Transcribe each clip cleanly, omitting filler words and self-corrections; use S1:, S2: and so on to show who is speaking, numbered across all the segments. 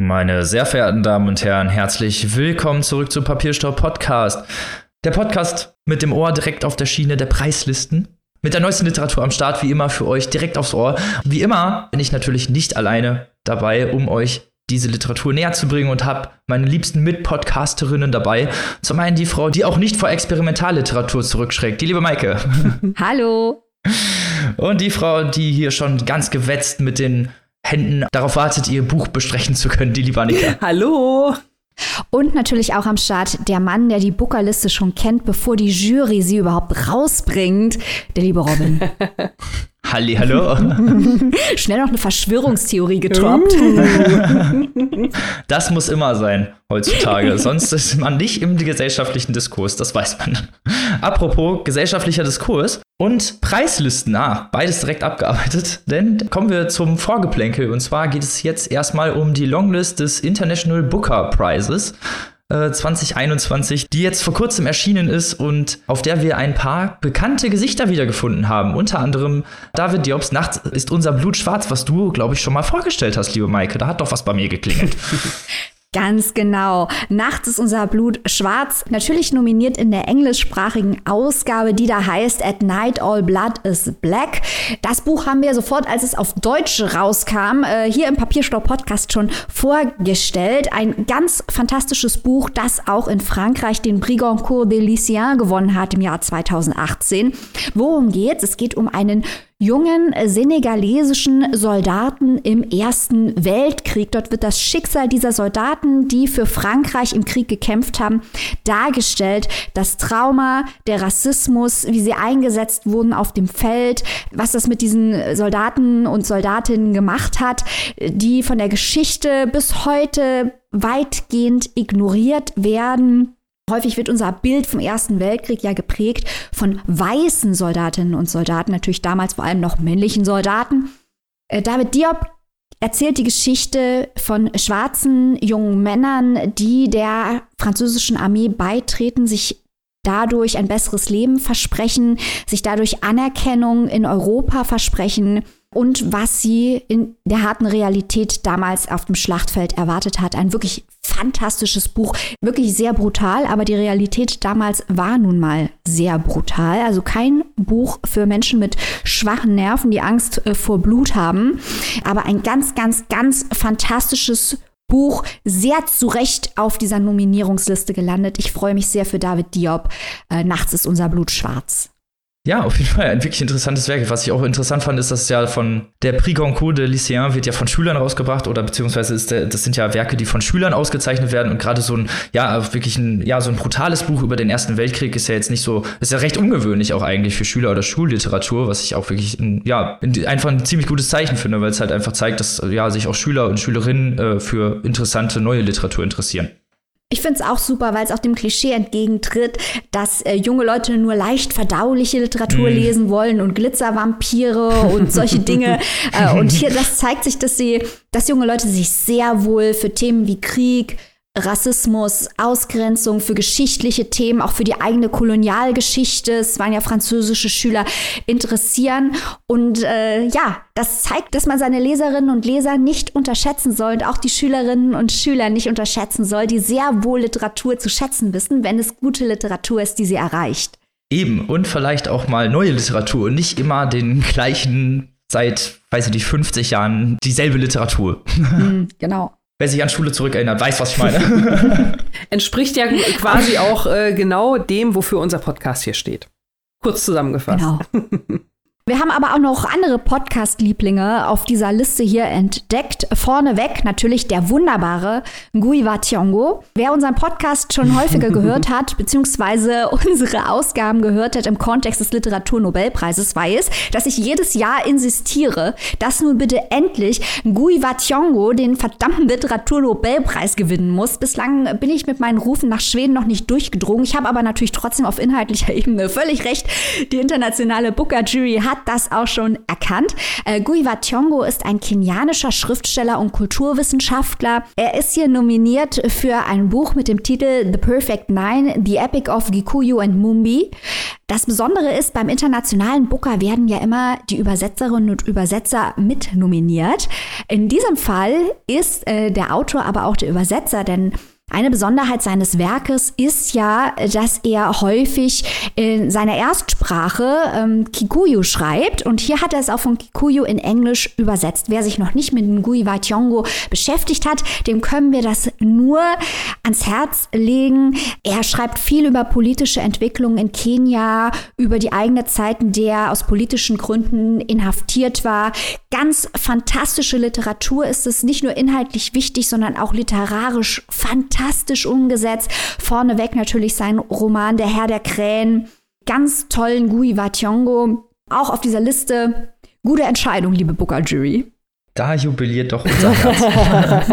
S1: Meine sehr verehrten Damen und Herren, herzlich willkommen zurück zum Papierstau Podcast. Der Podcast mit dem Ohr direkt auf der Schiene der Preislisten. Mit der neuesten Literatur am Start, wie immer für euch direkt aufs Ohr. Wie immer bin ich natürlich nicht alleine dabei, um euch diese Literatur näher zu bringen und habe meine liebsten Mitpodcasterinnen dabei. Zum einen die Frau, die auch nicht vor Experimentalliteratur zurückschreckt, die liebe Maike.
S2: Hallo.
S1: Und die Frau, die hier schon ganz gewetzt mit den Händen darauf wartet, ihr Buch besprechen zu können, die liebe Annika.
S3: Hallo.
S2: Und natürlich auch am Start der Mann, der die Bookerliste schon kennt, bevor die Jury sie überhaupt rausbringt, der liebe Robin.
S1: Hallihallo.
S2: Schnell noch eine Verschwörungstheorie getroppt.
S1: Das muss immer sein heutzutage, sonst ist man nicht im gesellschaftlichen Diskurs, das weiß man. Apropos gesellschaftlicher Diskurs und Preislisten, beides direkt abgearbeitet, denn kommen wir zum Vorgeplänkel und zwar geht es jetzt erstmal um die Longlist des International Booker Prizes 2021, die jetzt vor kurzem erschienen ist und auf der wir ein paar bekannte Gesichter wiedergefunden haben. Unter anderem David Diop's Nachts ist unser Blut schwarz, was du, glaube ich, schon mal vorgestellt hast, liebe Maike. Da hat doch was bei mir geklingelt.
S2: Ganz genau. Nachts ist unser Blut schwarz. Natürlich nominiert in der englischsprachigen Ausgabe, die da heißt At Night All Blood is Black. Das Buch haben wir sofort, als es auf Deutsch rauskam, hier im Papierstau-Podcast schon vorgestellt. Ein ganz fantastisches Buch, das auch in Frankreich den Prix Goncourt des Lycéens gewonnen hat im Jahr 2018. Worum geht's? Es geht um einen jungen senegalesischen Soldaten im Ersten Weltkrieg. Dort wird das Schicksal dieser Soldaten, die für Frankreich im Krieg gekämpft haben, dargestellt. Das Trauma, der Rassismus, wie sie eingesetzt wurden auf dem Feld, was das mit diesen Soldaten und Soldatinnen gemacht hat, die von der Geschichte bis heute weitgehend ignoriert werden. Häufig wird unser Bild vom Ersten Weltkrieg ja geprägt von weißen Soldatinnen und Soldaten, natürlich damals vor allem noch männlichen Soldaten. David Diop erzählt die Geschichte von schwarzen jungen Männern, die der französischen Armee beitreten, sich dadurch ein besseres Leben versprechen, sich dadurch Anerkennung in Europa versprechen und was sie in der harten Realität damals auf dem Schlachtfeld erwartet hat. Ein wirklich fantastisches Buch, wirklich sehr brutal, aber die Realität damals war nun mal sehr brutal. Also kein Buch für Menschen mit schwachen Nerven, die Angst vor Blut haben, aber ein ganz, ganz, ganz fantastisches Buch, sehr zu Recht auf dieser Nominierungsliste gelandet. Ich freue mich sehr für David Diop. Nachts ist unser Blut schwarz.
S1: Ja, auf jeden Fall ein wirklich interessantes Werk. Was ich auch interessant fand, ist, dass es ja von der Prix Goncourt des Lycéens wird ja von Schülern rausgebracht oder beziehungsweise das sind ja Werke, die von Schülern ausgezeichnet werden und gerade so ein, wirklich so ein brutales Buch über den Ersten Weltkrieg ist ja jetzt nicht so, ist ja recht ungewöhnlich auch eigentlich für Schüler- oder Schulliteratur, was ich auch wirklich, einfach ein ziemlich gutes Zeichen finde, weil es halt einfach zeigt, dass sich auch Schüler und Schülerinnen für interessante neue Literatur interessieren.
S2: Ich finde es auch super, weil es auch dem Klischee entgegentritt, dass junge Leute nur leicht verdauliche Literatur lesen wollen und Glitzervampire und solche Dinge. Und hier, das zeigt sich, dass junge Leute sich sehr wohl für Themen wie Krieg, Rassismus, Ausgrenzung, für geschichtliche Themen, auch für die eigene Kolonialgeschichte, es waren ja französische Schüler, interessieren. Und das zeigt, dass man seine Leserinnen und Leser nicht unterschätzen soll und auch die Schülerinnen und Schüler nicht unterschätzen soll, die sehr wohl Literatur zu schätzen wissen, wenn es gute Literatur ist, die sie erreicht.
S1: Eben, und vielleicht auch mal neue Literatur und nicht immer den gleichen, seit, 50 Jahren dieselbe Literatur.
S2: Genau.
S1: Wer sich an Schule zurückerinnert, weiß, was ich meine.
S3: Entspricht ja quasi auch genau dem, wofür unser Podcast hier steht. Kurz zusammengefasst.
S2: Genau. Wir haben aber auch noch andere Podcast-Lieblinge auf dieser Liste hier entdeckt. Vorneweg natürlich der wunderbare Ngui wa Thiong'o. Wer unseren Podcast schon häufiger gehört hat, beziehungsweise unsere Ausgaben gehört hat im Kontext des Literaturnobelpreises, weiß, dass ich jedes Jahr insistiere, dass nun bitte endlich Ngui wa Thiong'o den verdammten Literaturnobelpreis gewinnen muss. Bislang bin ich mit meinen Rufen nach Schweden noch nicht durchgedrungen. Ich habe aber natürlich trotzdem auf inhaltlicher Ebene völlig recht. Die internationale Booker-Jury hat das auch schon erkannt. Ngugi wa Thiong'o ist ein kenianischer Schriftsteller und Kulturwissenschaftler. Er ist hier nominiert für ein Buch mit dem Titel The Perfect Nine, The Epic of Gikuyu and Mumbi. Das Besondere ist, beim internationalen Booker werden ja immer die Übersetzerinnen und Übersetzer mit nominiert. In diesem Fall ist der Autor aber auch der Übersetzer, denn eine Besonderheit seines Werkes ist ja, dass er häufig in seiner Erstsprache Kikuyu schreibt. Und hier hat er es auch von Kikuyu in Englisch übersetzt. Wer sich noch nicht mit Ngugi wa Thiong'o beschäftigt hat, dem können wir das nur ans Herz legen. Er schreibt viel über politische Entwicklungen in Kenia, über die eigene Zeit, in der er aus politischen Gründen inhaftiert war. Ganz fantastische Literatur ist es, nicht nur inhaltlich wichtig, sondern auch literarisch fantastisch umgesetzt. Vorneweg natürlich sein Roman Der Herr der Krähen. Ganz tollen Ngugi wa Thiong'o. Auch auf dieser Liste. Gute Entscheidung, liebe Booker-Jury.
S1: Da jubiliert doch unser Herz.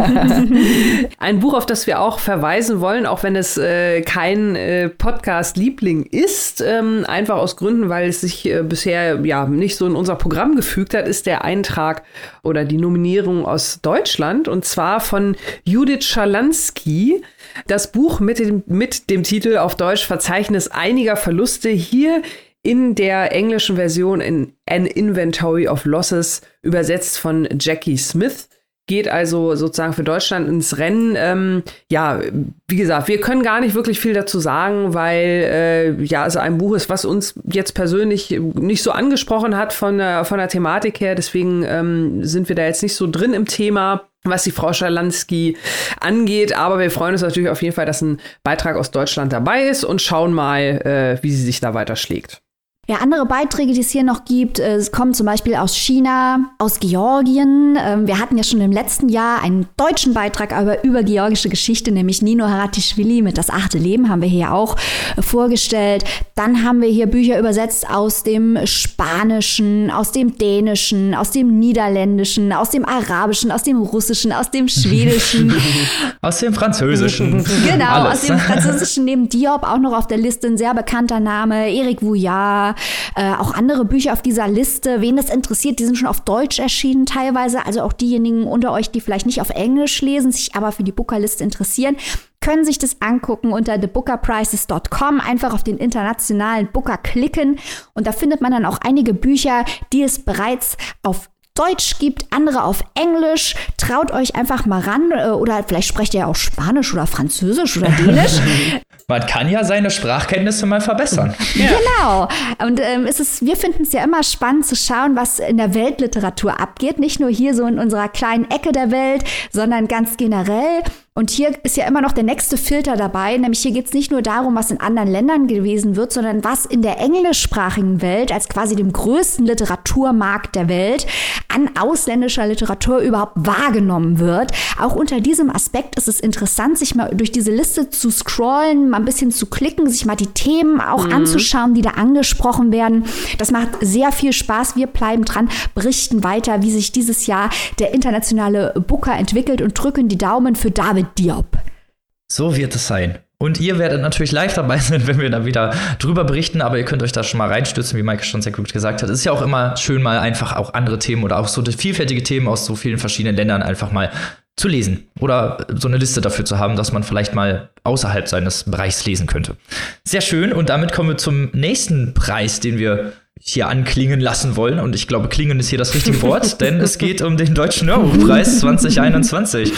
S3: Ein Buch, auf das wir auch verweisen wollen, auch wenn es kein Podcast-Liebling ist, einfach aus Gründen, weil es sich bisher ja nicht so in unser Programm gefügt hat, ist der Eintrag oder die Nominierung aus Deutschland, und zwar von Judith Schalansky. Das Buch mit dem Titel auf Deutsch Verzeichnis einiger Verluste, hier in der englischen Version in An Inventory of Losses, übersetzt von Jackie Smith. Geht also sozusagen für Deutschland ins Rennen. Ja, wie gesagt, wir können gar nicht wirklich viel dazu sagen, weil es ein Buch ist, was uns jetzt persönlich nicht so angesprochen hat von der Thematik her. Deswegen sind wir da jetzt nicht so drin im Thema, was die Frau Schalansky angeht. Aber wir freuen uns natürlich auf jeden Fall, dass ein Beitrag aus Deutschland dabei ist, und schauen mal, wie sie sich da weiter schlägt.
S2: Ja, andere Beiträge, die es hier noch gibt, kommen zum Beispiel aus China, aus Georgien. Wir hatten ja schon im letzten Jahr einen deutschen Beitrag über georgische Geschichte, nämlich Nino Haratischvili mit Das 8. Leben haben wir hier auch vorgestellt. Dann haben wir hier Bücher übersetzt aus dem Spanischen, aus dem Dänischen, aus dem Niederländischen, aus dem Arabischen, aus dem Russischen, aus dem Schwedischen.
S1: Aus dem Französischen.
S2: Genau,
S1: alles.
S2: Aus dem Französischen, neben Diop auch noch auf der Liste ein sehr bekannter Name, Eric Vuillard. Auch andere Bücher auf dieser Liste. Wen das interessiert, die sind schon auf Deutsch erschienen teilweise. Also auch diejenigen unter euch, die vielleicht nicht auf Englisch lesen, sich aber für die Booker-Liste interessieren, können sich das angucken unter thebookerprices.com. Einfach auf den internationalen Booker klicken. Und da findet man dann auch einige Bücher, die es bereits auf Deutsch gibt, andere auf Englisch. Traut euch einfach mal ran. Oder vielleicht sprecht ihr ja auch Spanisch oder Französisch oder Dänisch.
S1: Man kann ja seine Sprachkenntnisse mal verbessern.
S2: Ja. Genau. Und wir finden es ja immer spannend zu schauen, was in der Weltliteratur abgeht. Nicht nur hier so in unserer kleinen Ecke der Welt, sondern ganz generell. Und hier ist ja immer noch der nächste Filter dabei, nämlich hier geht es nicht nur darum, was in anderen Ländern gewesen wird, sondern was in der englischsprachigen Welt als quasi dem größten Literaturmarkt der Welt an ausländischer Literatur überhaupt wahrgenommen wird. Auch unter diesem Aspekt ist es interessant, sich mal durch diese Liste zu scrollen, mal ein bisschen zu klicken, sich mal die Themen auch anzuschauen, die da angesprochen werden. Das macht sehr viel Spaß. Wir bleiben dran, berichten weiter, wie sich dieses Jahr der internationale Booker entwickelt, und drücken die Daumen für David Diop.
S1: So wird es sein. Und ihr werdet natürlich live dabei sein, wenn wir da wieder drüber berichten, aber ihr könnt euch da schon mal reinstürzen, wie Maike schon sehr gut gesagt hat. Es ist ja auch immer schön, mal einfach auch andere Themen oder auch so vielfältige Themen aus so vielen verschiedenen Ländern einfach mal zu lesen oder so eine Liste dafür zu haben, dass man vielleicht mal außerhalb seines Bereichs lesen könnte. Sehr schön, und damit kommen wir zum nächsten Preis, den wir hier anklingen lassen wollen. Und ich glaube, klingen ist hier das richtige Wort, denn es geht um den Deutschen Hörbuchpreis 2021.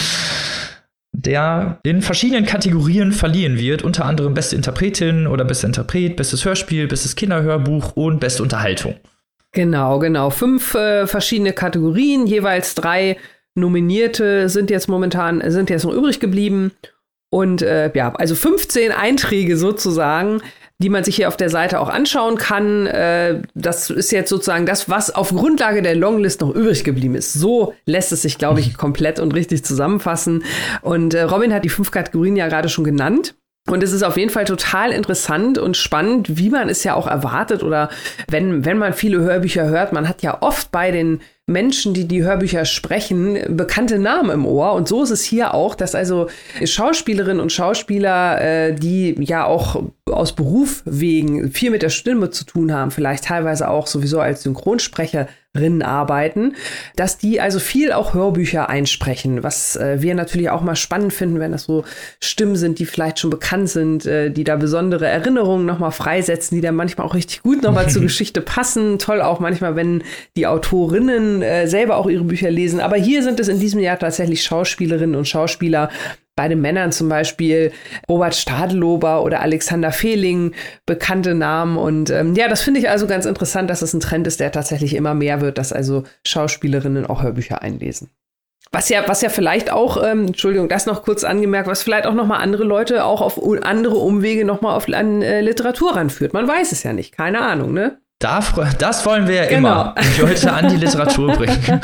S1: Der in verschiedenen Kategorien verliehen wird, unter anderem beste Interpretin oder bester Interpret, bestes Hörspiel, bestes Kinderhörbuch und beste Unterhaltung.
S3: Genau. 5 verschiedene Kategorien, jeweils 3 Nominierte sind jetzt noch übrig geblieben. Und also 15 Einträge sozusagen, die man sich hier auf der Seite auch anschauen kann. Das ist jetzt sozusagen das, was auf Grundlage der Longlist noch übrig geblieben ist. So lässt es sich, glaube ich, komplett und richtig zusammenfassen. Und Robin hat die 5 Kategorien ja gerade schon genannt. Und es ist auf jeden Fall total interessant und spannend, wie man es ja auch erwartet oder wenn man viele Hörbücher hört, man hat ja oft bei den Menschen, die Hörbücher sprechen, bekannte Namen im Ohr. Und so ist es hier auch, dass also Schauspielerinnen und Schauspieler, die ja auch aus Beruf wegen viel mit der Stimme zu tun haben, vielleicht teilweise auch sowieso als Synchronsprecherinnen arbeiten, dass die also viel auch Hörbücher einsprechen, was wir natürlich auch mal spannend finden, wenn das so Stimmen sind, die vielleicht schon bekannt sind, die da besondere Erinnerungen nochmal freisetzen, die dann manchmal auch richtig gut nochmal zur Geschichte passen. Toll auch manchmal, wenn die Autorinnen selber auch ihre Bücher lesen. Aber hier sind es in diesem Jahr tatsächlich Schauspielerinnen und Schauspieler, bei den Männern zum Beispiel Robert Stadelober oder Alexander Fehling, bekannte Namen. Und ja, das finde ich also ganz interessant, dass es ein Trend ist, der tatsächlich immer mehr wird, dass also Schauspielerinnen auch Hörbücher einlesen. Was ja vielleicht auch, Entschuldigung, das noch kurz angemerkt, was vielleicht auch nochmal andere Leute auch auf andere Umwege nochmal an Literatur ranführt. Man weiß es ja nicht, keine Ahnung, ne?
S1: Das wollen wir ja immer, die Leute an die Literatur bringen.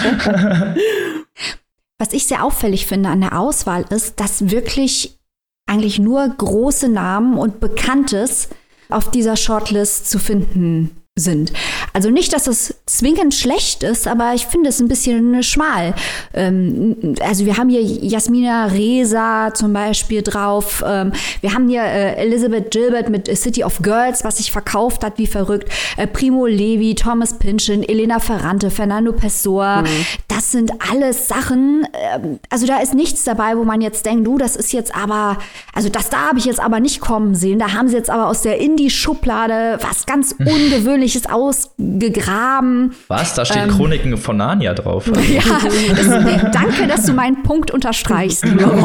S2: Was ich sehr auffällig finde an der Auswahl ist, dass wirklich eigentlich nur große Namen und Bekanntes auf dieser Shortlist zu finden sind. Also nicht, dass es zwingend schlecht ist, aber ich finde es ein bisschen schmal. Also wir haben hier Jasmina Reza zum Beispiel drauf. Wir haben hier Elizabeth Gilbert mit A City of Girls, was sich verkauft hat wie verrückt. Primo Levi, Thomas Pynchon, Elena Ferrante, Fernando Pessoa. Das sind alles Sachen, also da ist nichts dabei, wo man jetzt denkt, das ist jetzt aber, also da habe ich jetzt aber nicht kommen sehen. Da haben sie jetzt aber aus der Indie-Schublade was ganz Ungewöhnliches ausgegraben.
S1: Was? Da steht Chroniken von Narnia drauf. Also.
S2: Ja, danke, dass du meinen Punkt unterstreichst.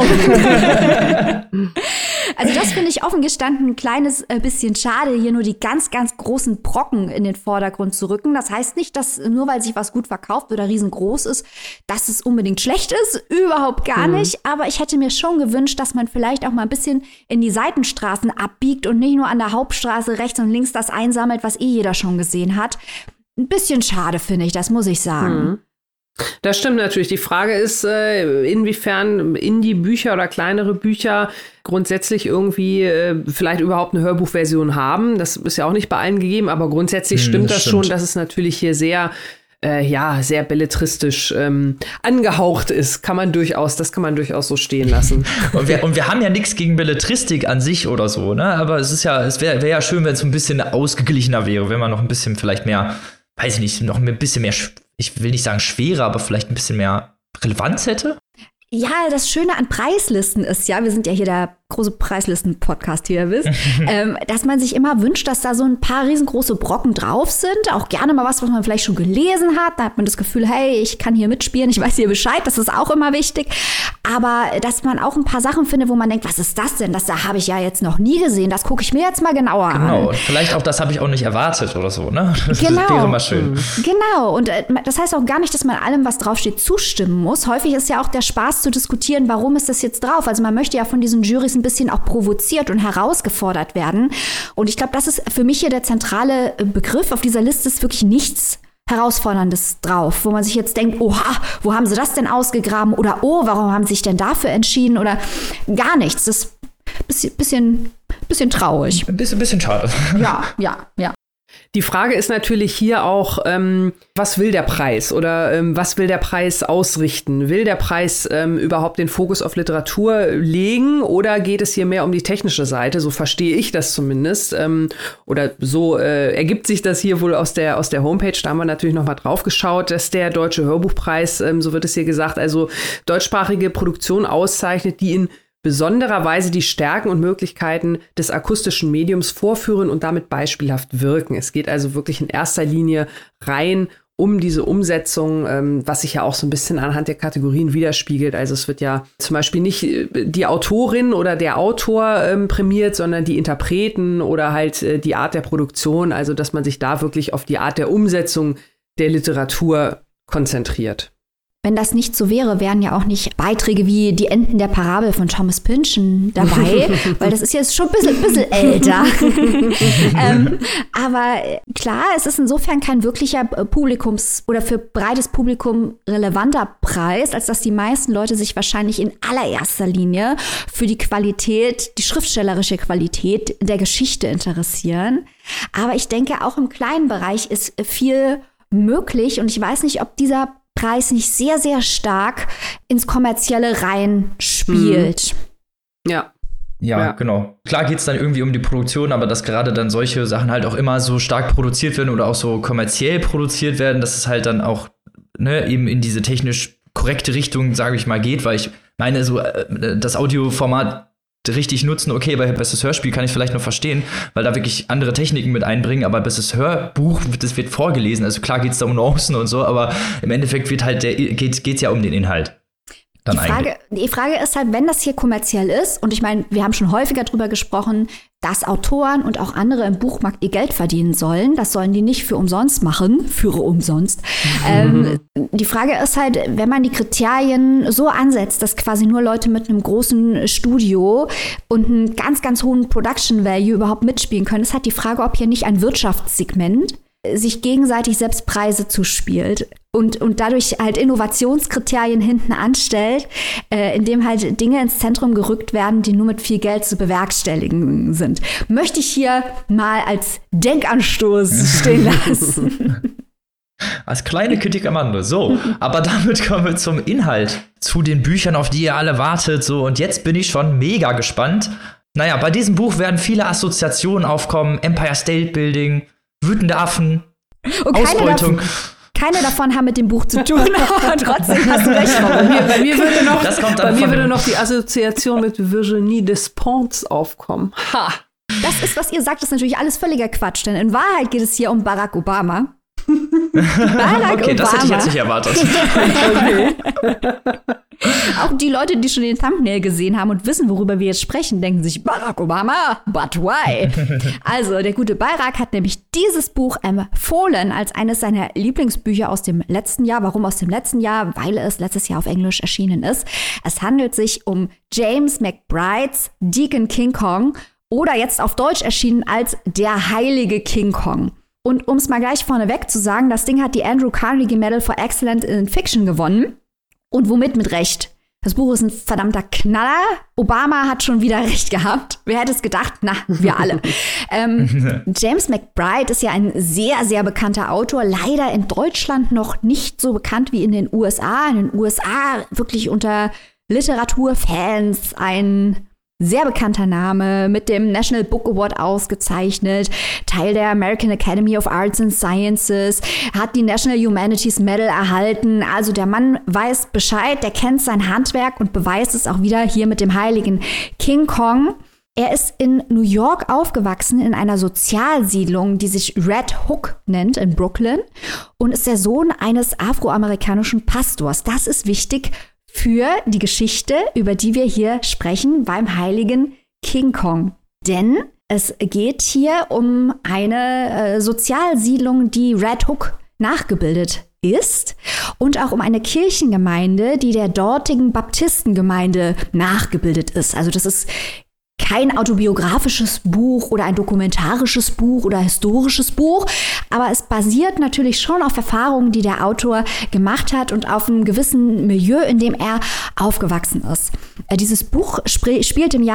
S2: Also das finde ich offen gestanden ein kleines bisschen schade, hier nur die ganz, ganz großen Brocken in den Vordergrund zu rücken. Das heißt nicht, dass nur weil sich was gut verkauft oder riesengroß ist, dass es unbedingt schlecht ist. Überhaupt gar nicht. Aber ich hätte mir schon gewünscht, dass man vielleicht auch mal ein bisschen in die Seitenstraßen abbiegt und nicht nur an der Hauptstraße rechts und links das einsammelt, was jeder schon gesehen hat. Ein bisschen schade, finde ich, das muss ich sagen.
S3: Das stimmt natürlich. Die Frage ist, inwiefern Indie-Bücher oder kleinere Bücher grundsätzlich irgendwie vielleicht überhaupt eine Hörbuchversion haben. Das ist ja auch nicht bei allen gegeben, aber grundsätzlich stimmt das schon, dass es natürlich hier sehr sehr belletristisch angehaucht ist. Das kann man durchaus so stehen lassen.
S1: Und wir haben ja nichts gegen Belletristik an sich oder so, ne? Aber es wäre ja schön, wenn es ein bisschen ausgeglichener wäre, wenn man noch ein bisschen vielleicht mehr, weiß ich nicht, noch ein bisschen mehr, ich will nicht sagen schwerer, aber vielleicht ein bisschen mehr Relevanz hätte.
S2: Ja, das Schöne an Preislisten ist ja, wir sind ja hier der große Preislisten-Podcast, wie ihr wisst, dass man sich immer wünscht, dass da so ein paar riesengroße Brocken drauf sind. Auch gerne mal was man vielleicht schon gelesen hat. Da hat man das Gefühl, hey, ich kann hier mitspielen, ich weiß hier Bescheid, das ist auch immer wichtig. Aber dass man auch ein paar Sachen findet, wo man denkt, was ist das denn? Das da habe ich ja jetzt noch nie gesehen, das gucke ich mir jetzt mal genauer an.
S1: Genau, vielleicht auch, das habe ich auch nicht erwartet oder so, ne? Das wäre mal schön.
S2: Genau, und das heißt auch gar nicht, dass man allem, was draufsteht, zustimmen muss. Häufig ist ja auch der Spaß zu diskutieren, warum ist das jetzt drauf? Also man möchte ja von diesen Jurys ein bisschen auch provoziert und herausgefordert werden. Und ich glaube, das ist für mich hier der zentrale Begriff. Auf dieser Liste ist wirklich nichts Herausforderndes drauf, wo man sich jetzt denkt, oha, wo haben sie das denn ausgegraben? Oder oh, warum haben sie sich denn dafür entschieden? Oder gar nichts. Das ist bisschen traurig.
S1: Ein bisschen schade.
S2: Ja.
S3: Die Frage ist natürlich hier auch, was will der Preis oder was will der Preis ausrichten? Will der Preis überhaupt den Fokus auf Literatur legen oder geht es hier mehr um die technische Seite? So verstehe ich das zumindest. Oder so ergibt sich das hier wohl aus der Homepage. Da haben wir natürlich noch mal drauf geschaut, dass der Deutsche Hörbuchpreis, so wird es hier gesagt, also deutschsprachige Produktion auszeichnet, die in besonderer Weise die Stärken und Möglichkeiten des akustischen Mediums vorführen und damit beispielhaft wirken. Es geht also wirklich in erster Linie rein um diese Umsetzung, was sich ja auch so ein bisschen anhand der Kategorien widerspiegelt. Also es wird ja zum Beispiel nicht die Autorin oder der Autor prämiert, sondern die Interpreten oder halt die Art der Produktion. Also dass man sich da wirklich auf die Art der Umsetzung der Literatur konzentriert.
S2: Wenn das nicht so wäre, wären ja auch nicht Beiträge wie die Enden der Parabel von Thomas Pynchon dabei, weil das ist jetzt schon ein bisschen älter. Aber klar, es ist insofern kein wirklicher Publikums- oder für breites Publikum relevanter Preis, als dass die meisten Leute sich wahrscheinlich in allererster Linie für die Qualität, die schriftstellerische Qualität der Geschichte interessieren. Aber ich denke, auch im kleinen Bereich ist viel möglich und ich weiß nicht, ob dieser Preis nicht sehr, sehr stark ins Kommerzielle reinspielt.
S1: Ja, genau. Klar geht es dann irgendwie um die Produktion, aber dass gerade dann solche Sachen halt auch immer so stark produziert werden oder auch so kommerziell produziert werden, dass es halt dann auch eben in diese technisch korrekte Richtung, sage ich mal, geht, weil ich meine, so das Audioformat richtig nutzen, okay, bei Bestes Hörspiel kann ich vielleicht noch verstehen, weil da wirklich andere Techniken mit einbringen, aber Bestes Hörbuch, das wird vorgelesen, also klar geht es da um Nuancen und so, aber im Endeffekt wird halt geht's ja um den Inhalt.
S2: Die Frage ist halt, wenn das hier kommerziell ist, und ich meine, wir haben schon häufiger drüber gesprochen, dass Autoren und auch andere im Buchmarkt ihr Geld verdienen sollen. Das sollen die nicht für umsonst machen, Die Frage ist halt, wenn man die Kriterien so ansetzt, dass quasi nur Leute mit einem großen Studio und einem ganz, ganz hohen Production Value überhaupt mitspielen können, ist halt die Frage, ob hier nicht ein Wirtschaftssegment sich gegenseitig selbst Preise zuspielt und dadurch halt Innovationskriterien hinten anstellt, indem halt Dinge ins Zentrum gerückt werden, die nur mit viel Geld zu bewerkstelligen sind. Möchte ich hier mal als Denkanstoß stehen lassen.
S1: Als kleine Kritik am Rande. So, aber damit kommen wir zum Inhalt, zu den Büchern, auf die ihr alle wartet. So, und jetzt bin ich schon mega gespannt. Naja, bei diesem Buch werden viele Assoziationen aufkommen. Empire State Building, wütende Affen,
S2: und
S1: Ausbeutung.
S2: Keine davon haben mit dem Buch zu tun, aber trotzdem hast du recht.
S3: Bei mir würde noch die Assoziation mit Virginie Despentes aufkommen. Ha!
S2: Das ist, was ihr sagt, ist natürlich alles völliger Quatsch, denn in Wahrheit geht es hier um Barack Obama.
S1: Okay, das hätte ich jetzt nicht erwartet.
S2: Okay. Auch die Leute, die schon den Thumbnail gesehen haben und wissen, worüber wir jetzt sprechen, denken sich, Barack Obama, but why? Also, der gute Barack hat nämlich dieses Buch empfohlen als eines seiner Lieblingsbücher aus dem letzten Jahr. Warum aus dem letzten Jahr? Weil es letztes Jahr auf Englisch erschienen ist. Es handelt sich um James McBrides Deacon King Kong oder jetzt auf Deutsch erschienen als Der heilige King Kong. Und um es mal gleich vorneweg zu sagen, das Ding hat die Andrew Carnegie Medal for Excellence in Fiction gewonnen. Und womit mit Recht? Das Buch ist ein verdammter Knaller. Obama hat schon wieder recht gehabt. Wer hätte es gedacht? Na, wir alle. James McBride ist ja ein sehr, sehr bekannter Autor. Leider in Deutschland noch nicht so bekannt wie in den USA. In den USA wirklich unter Literaturfans ein sehr bekannter Name, mit dem National Book Award ausgezeichnet, Teil der American Academy of Arts and Sciences, hat die National Humanities Medal erhalten. Also der Mann weiß Bescheid, der kennt sein Handwerk und beweist es auch wieder hier mit dem heiligen King Kong. Er ist in New York aufgewachsen, in einer Sozialsiedlung, die sich Red Hook nennt, in Brooklyn, und ist der Sohn eines afroamerikanischen Pastors. Das ist wichtig für die Geschichte, über die wir hier sprechen, beim heiligen King Kong. Denn es geht hier um eine Sozialsiedlung, die Red Hook nachgebildet ist und auch um eine Kirchengemeinde, die der dortigen Baptistengemeinde nachgebildet ist. Also das ist kein autobiografisches Buch oder ein dokumentarisches Buch oder historisches Buch, aber es basiert natürlich schon auf Erfahrungen, die der Autor gemacht hat und auf einem gewissen Milieu, in dem er aufgewachsen ist. Dieses Buch spielt im Jahr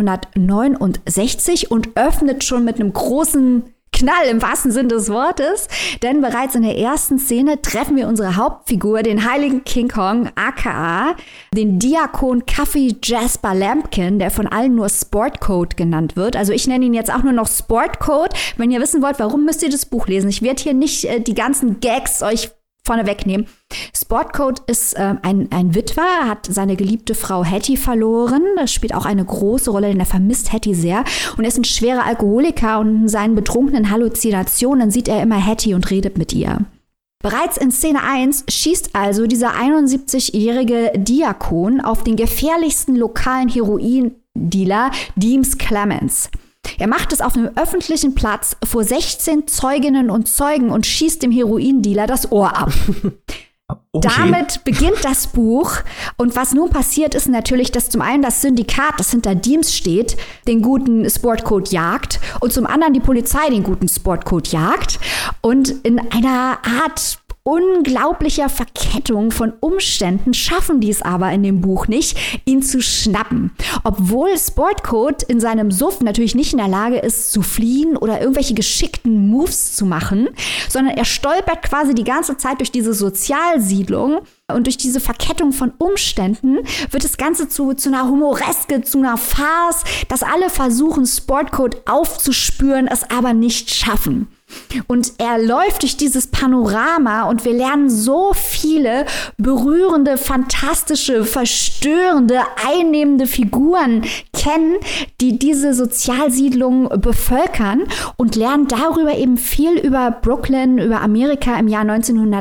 S2: 1969 und öffnet schon mit einem großen Knall im wahrsten Sinn des Wortes, denn bereits in der ersten Szene treffen wir unsere Hauptfigur, den heiligen King Kong, aka den Diakon Cuffy Jasper Lampkin, der von allen nur Sportcoat genannt wird. Also ich nenne ihn jetzt auch nur noch Sportcoat. Wenn ihr wissen wollt, warum, müsst ihr das Buch lesen. Ich werde hier nicht die ganzen Gags euch vorne wegnehmen. Sportcoat ist ein Witwer, hat seine geliebte Frau Hattie verloren. Das spielt auch eine große Rolle, denn er vermisst Hattie sehr. Und er ist ein schwerer Alkoholiker und in seinen betrunkenen Halluzinationen sieht er immer Hattie und redet mit ihr. Bereits in Szene 1 schießt also dieser 71-jährige Diakon auf den gefährlichsten lokalen Heroin-Dealer Deems Clemens. Er macht es auf einem öffentlichen Platz vor 16 Zeuginnen und Zeugen und schießt dem Heroindealer das Ohr ab.
S1: Okay.
S2: Damit beginnt das Buch. Und was nun passiert, ist natürlich, dass zum einen das Syndikat, das hinter Deems steht, den guten Sportcode jagt und zum anderen die Polizei den guten Sportcode jagt. Und in einer Art unglaublicher Verkettung von Umständen schaffen die es aber in dem Buch nicht, ihn zu schnappen. Obwohl Sportcode in seinem Suff natürlich nicht in der Lage ist, zu fliehen oder irgendwelche geschickten Moves zu machen, sondern er stolpert quasi die ganze Zeit durch diese Sozialsiedlung. Und durch diese Verkettung von Umständen wird das Ganze zu einer Humoreske, zu einer Farce, dass alle versuchen, Sportcode aufzuspüren, es aber nicht schaffen. Und er läuft durch dieses Panorama und wir lernen so viele berührende, fantastische, verstörende, einnehmende Figuren kennen, die diese Sozialsiedlung bevölkern und lernen darüber eben viel über Brooklyn, über Amerika im Jahr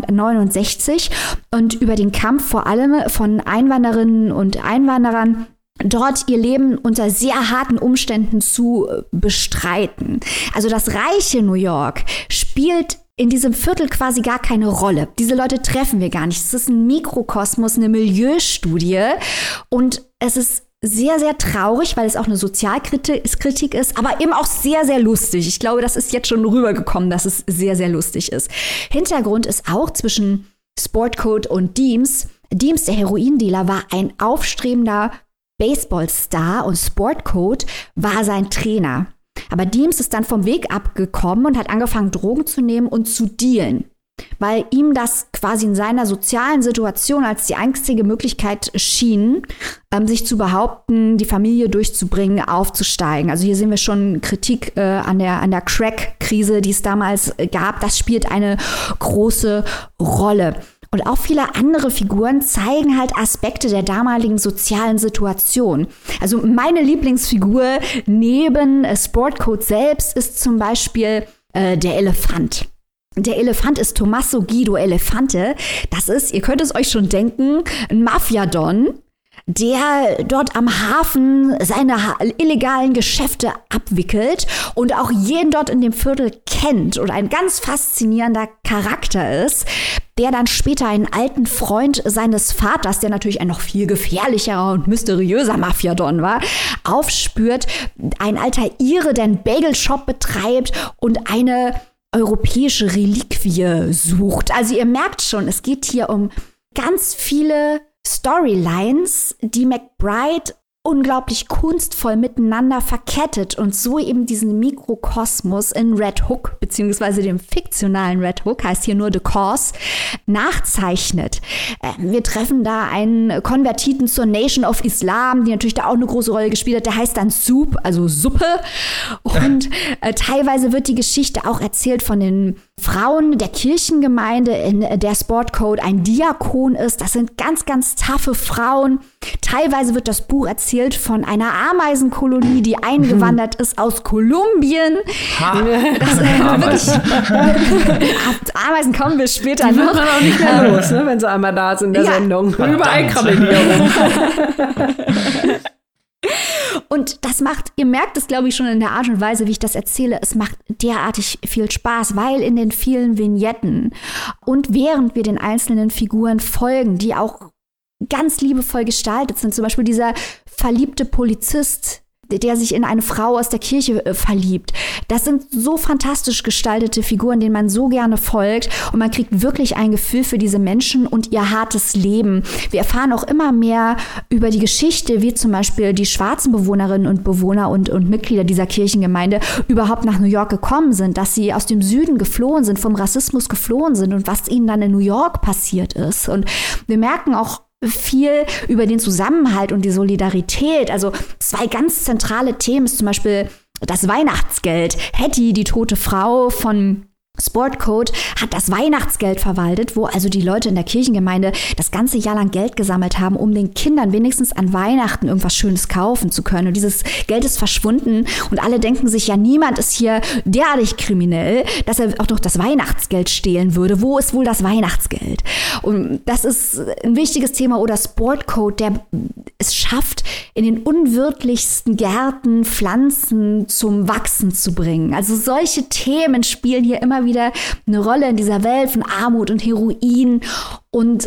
S2: 1969 und über den Kampf vor allem von Einwanderinnen und Einwanderern, dort ihr Leben unter sehr harten Umständen zu bestreiten. Also das reiche New York spielt in diesem Viertel quasi gar keine Rolle. Diese Leute treffen wir gar nicht. Es ist ein Mikrokosmos, eine Milieustudie und es ist sehr, sehr traurig, weil es auch eine Sozialkritik ist, aber eben auch sehr, sehr lustig. Ich glaube, das ist jetzt schon rübergekommen, dass es sehr, sehr lustig ist. Hintergrund ist auch zwischen Sportcode und Deems. Deems, der Heroindealer, war ein aufstrebender Baseballstar und Sportcode war sein Trainer. Aber Deems ist dann vom Weg abgekommen und hat angefangen, Drogen zu nehmen und zu dealen, weil ihm das quasi in seiner sozialen Situation als die einzige Möglichkeit schien, sich zu behaupten, die Familie durchzubringen, aufzusteigen. Also hier sehen wir schon Kritik an der Crack-Krise, die es damals gab. Das spielt eine große Rolle. Und auch viele andere Figuren zeigen halt Aspekte der damaligen sozialen Situation. Also meine Lieblingsfigur neben Sportcode selbst ist zum Beispiel der Elefant. Der Elefant ist Tommaso Guido Elefante. Das ist, ihr könnt es euch schon denken, ein Mafiadon, der dort am Hafen seine illegalen Geschäfte abwickelt und auch jeden dort in dem Viertel kennt und ein ganz faszinierender Charakter ist, der dann später einen alten Freund seines Vaters, der natürlich ein noch viel gefährlicherer und mysteriöser Mafiadon war, aufspürt, ein alter Ire, der einen Bagel-Shop betreibt und eine europäische Reliquie sucht. Also ihr merkt schon, es geht hier um ganz viele Storylines, die McBride unglaublich kunstvoll miteinander verkettet und so eben diesen Mikrokosmos in Red Hook, beziehungsweise dem fiktionalen Red Hook, heißt hier nur The Cause, nachzeichnet. Wir treffen da einen Konvertiten zur Nation of Islam, die natürlich da auch eine große Rolle gespielt hat. Der heißt dann Soup, also Suppe. Und teilweise wird die Geschichte auch erzählt von den Frauen der Kirchengemeinde, in der Sportcode ein Diakon ist. Das sind ganz, ganz taffe Frauen. Teilweise wird das Buch erzählt von einer Ameisenkolonie, die eingewandert ist aus Kolumbien. Ameisen kommen wir später
S3: die
S2: noch.
S3: Die wird man auch nicht mehr los, ne, wenn sie einmal da sind in der Sendung. Überall krabbeln die herum.
S2: Und das macht, ihr merkt es, glaube ich, schon in der Art und Weise, wie ich das erzähle, es macht derartig viel Spaß, weil in den vielen Vignetten und während wir den einzelnen Figuren folgen, die auch ganz liebevoll gestaltet sind, zum Beispiel dieser verliebte Polizist, der sich in eine Frau aus der Kirche verliebt. Das sind so fantastisch gestaltete Figuren, denen man so gerne folgt und man kriegt wirklich ein Gefühl für diese Menschen und ihr hartes Leben. Wir erfahren auch immer mehr über die Geschichte, wie zum Beispiel die schwarzen Bewohnerinnen und Bewohner und Mitglieder dieser Kirchengemeinde überhaupt nach New York gekommen sind, dass sie aus dem Süden geflohen sind, vom Rassismus geflohen sind und was ihnen dann in New York passiert ist. Und wir merken auch viel über den Zusammenhalt und die Solidarität. Also 2 ganz zentrale Themen ist zum Beispiel das Weihnachtsgeld. Hattie, die tote Frau von Sportcode, hat das Weihnachtsgeld verwaltet, wo also die Leute in der Kirchengemeinde das ganze Jahr lang Geld gesammelt haben, um den Kindern wenigstens an Weihnachten irgendwas Schönes kaufen zu können. Und dieses Geld ist verschwunden und alle denken sich, ja, niemand ist hier derartig kriminell, dass er auch noch das Weihnachtsgeld stehlen würde. Wo ist wohl das Weihnachtsgeld? Und das ist ein wichtiges Thema. Oder Sportcode, es schafft, in den unwirtlichsten Gärten Pflanzen zum Wachsen zu bringen. Also solche Themen spielen hier immer wieder eine Rolle in dieser Welt von Armut und Heroin und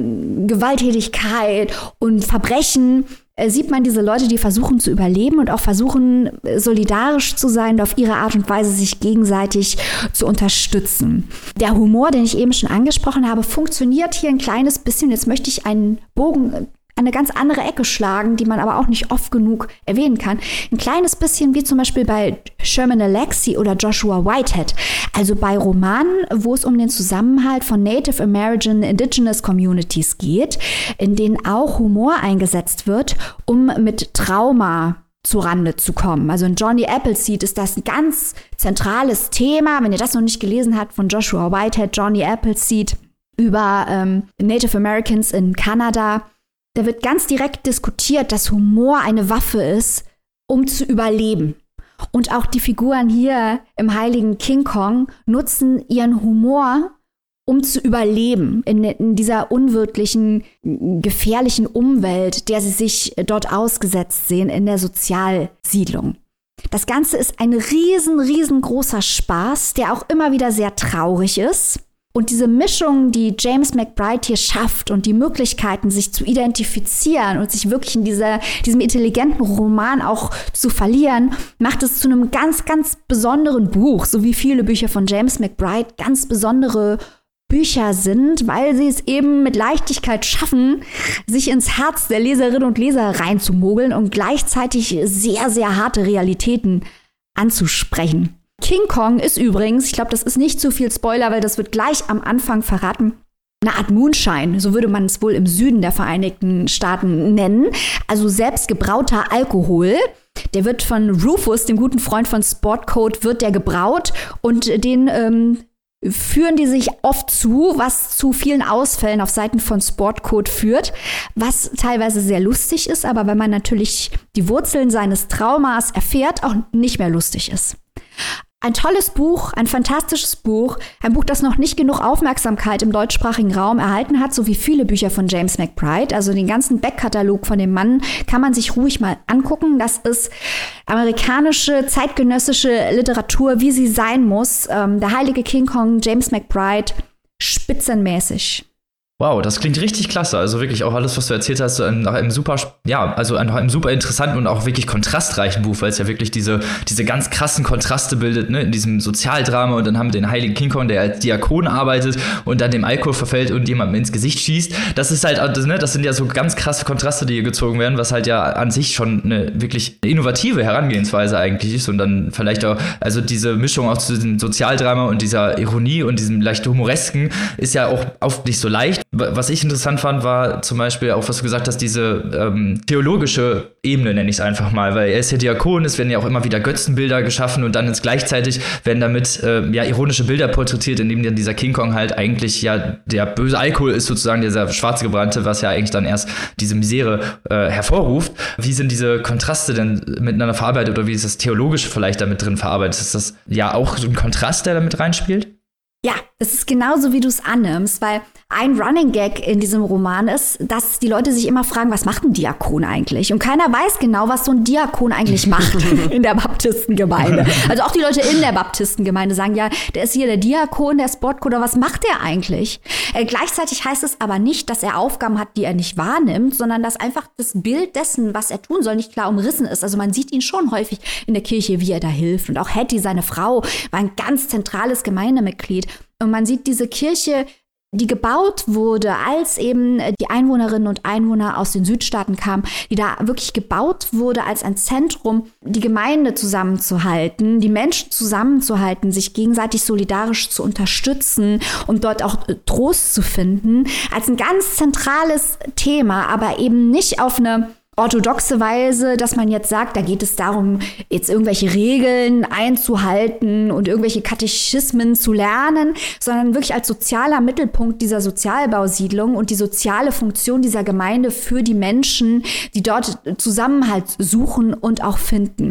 S2: Gewalttätigkeit und Verbrechen. Sieht man diese Leute, die versuchen zu überleben und auch versuchen, solidarisch zu sein und auf ihre Art und Weise sich gegenseitig zu unterstützen. Der Humor, den ich eben schon angesprochen habe, funktioniert hier ein kleines bisschen. Jetzt möchte ich einen Bogen eine ganz andere Ecke schlagen, die man aber auch nicht oft genug erwähnen kann. Ein kleines bisschen wie zum Beispiel bei Sherman Alexie oder Joshua Whitehead. Also bei Romanen, wo es um den Zusammenhalt von Native American Indigenous Communities geht, in denen auch Humor eingesetzt wird, um mit Trauma zurande zu kommen. Also in Johnny Appleseed ist das ein ganz zentrales Thema. Wenn ihr das noch nicht gelesen habt, von Joshua Whitehead, Johnny Appleseed, über Native Americans in Kanada, da wird ganz direkt diskutiert, dass Humor eine Waffe ist, um zu überleben. Und auch die Figuren hier im heiligen King Kong nutzen ihren Humor, um zu überleben in dieser unwirtlichen, gefährlichen Umwelt, der sie sich dort ausgesetzt sehen in der Sozialsiedlung. Das Ganze ist ein riesengroßer Spaß, der auch immer wieder sehr traurig ist. Und diese Mischung, die James McBride hier schafft und die Möglichkeiten, sich zu identifizieren und sich wirklich in diesem intelligenten Roman auch zu verlieren, macht es zu einem ganz besonderen Buch, so wie viele Bücher von James McBride ganz besondere Bücher sind, weil sie es eben mit Leichtigkeit schaffen, sich ins Herz der Leserinnen und Leser reinzumogeln und gleichzeitig sehr harte Realitäten anzusprechen. King Kong ist übrigens, ich glaube, das ist nicht zu viel Spoiler, weil das wird gleich am Anfang verraten, eine Art Moonshine, so würde man es wohl im Süden der Vereinigten Staaten nennen. Also selbst gebrauter Alkohol. Der wird von Rufus, dem guten Freund von Sportcoat, wird der gebraut und den führen die sich oft zu, was zu vielen Ausfällen auf Seiten von Sportcoat führt, was teilweise sehr lustig ist, aber wenn man natürlich die Wurzeln seines Traumas erfährt, auch nicht mehr lustig ist. Ein tolles Buch, ein fantastisches Buch, ein Buch, das noch nicht genug Aufmerksamkeit im deutschsprachigen Raum erhalten hat, so wie viele Bücher von James McBride. Also den ganzen Backkatalog von dem Mann kann man sich ruhig mal angucken. Das ist amerikanische, zeitgenössische Literatur, wie sie sein muss. Der heilige King Kong, James McBride, spitzenmäßig.
S1: Wow, das klingt richtig klasse. Also wirklich auch alles, was du erzählt hast, nach einem super, einem super interessanten und auch wirklich kontrastreichen Buch, weil es ja wirklich diese ganz krassen Kontraste bildet, ne, in diesem Sozialdrama. Und dann haben wir den heiligen King Kong, der als Diakon arbeitet und dann dem Alkohol verfällt und jemandem ins Gesicht schießt. Das ist halt, ne, das sind ja so ganz krasse Kontraste, die hier gezogen werden, was halt ja an sich schon eine wirklich innovative Herangehensweise eigentlich ist. Und dann vielleicht auch, also diese Mischung auch zu diesem Sozialdrama und dieser Ironie und diesem leicht humoresken ist ja auch oft nicht so leicht. Was ich interessant fand, war zum Beispiel auch, was du gesagt hast, diese theologische Ebene, nenne ich es einfach mal, weil er ist ja Diakon, es werden ja auch immer wieder Götzenbilder geschaffen und dann gleichzeitig werden damit ironische Bilder porträtiert, in denen dann dieser King Kong halt eigentlich ja der böse Alkohol ist, sozusagen dieser schwarze Gebrannte, was ja eigentlich dann erst diese Misere hervorruft. Wie sind diese Kontraste denn miteinander verarbeitet oder wie ist das Theologische vielleicht damit drin verarbeitet? Ist das ja auch so ein Kontrast, der damit reinspielt?
S2: Ja, es ist genauso, wie du es annimmst, weil ein Running Gag in diesem Roman ist, dass die Leute sich immer fragen, was macht ein Diakon eigentlich? Und keiner weiß genau, was so ein Diakon eigentlich macht in der Baptistengemeinde. Also auch die Leute in der Baptistengemeinde sagen, ja, der ist hier der Diakon, der Sportcoder, was macht der eigentlich? Gleichzeitig heißt es aber nicht, dass er Aufgaben hat, die er nicht wahrnimmt, sondern dass einfach das Bild dessen, was er tun soll, nicht klar umrissen ist. Also man sieht ihn schon häufig in der Kirche, wie er da hilft. Und auch Hattie, seine Frau, war ein ganz zentrales Gemeindemitglied. Und man sieht diese Kirche, die gebaut wurde, als eben die Einwohnerinnen und Einwohner aus den Südstaaten kamen, die da wirklich gebaut wurde als ein Zentrum, die Gemeinde zusammenzuhalten, die Menschen zusammenzuhalten, sich gegenseitig solidarisch zu unterstützen und dort auch Trost zu finden, als ein ganz zentrales Thema, aber eben nicht auf eine orthodoxe Weise, dass man jetzt sagt, da geht es darum, jetzt irgendwelche Regeln einzuhalten und irgendwelche Katechismen zu lernen, sondern wirklich als sozialer Mittelpunkt dieser Sozialbausiedlung und die soziale Funktion dieser Gemeinde für die Menschen, die dort Zusammenhalt suchen und auch finden.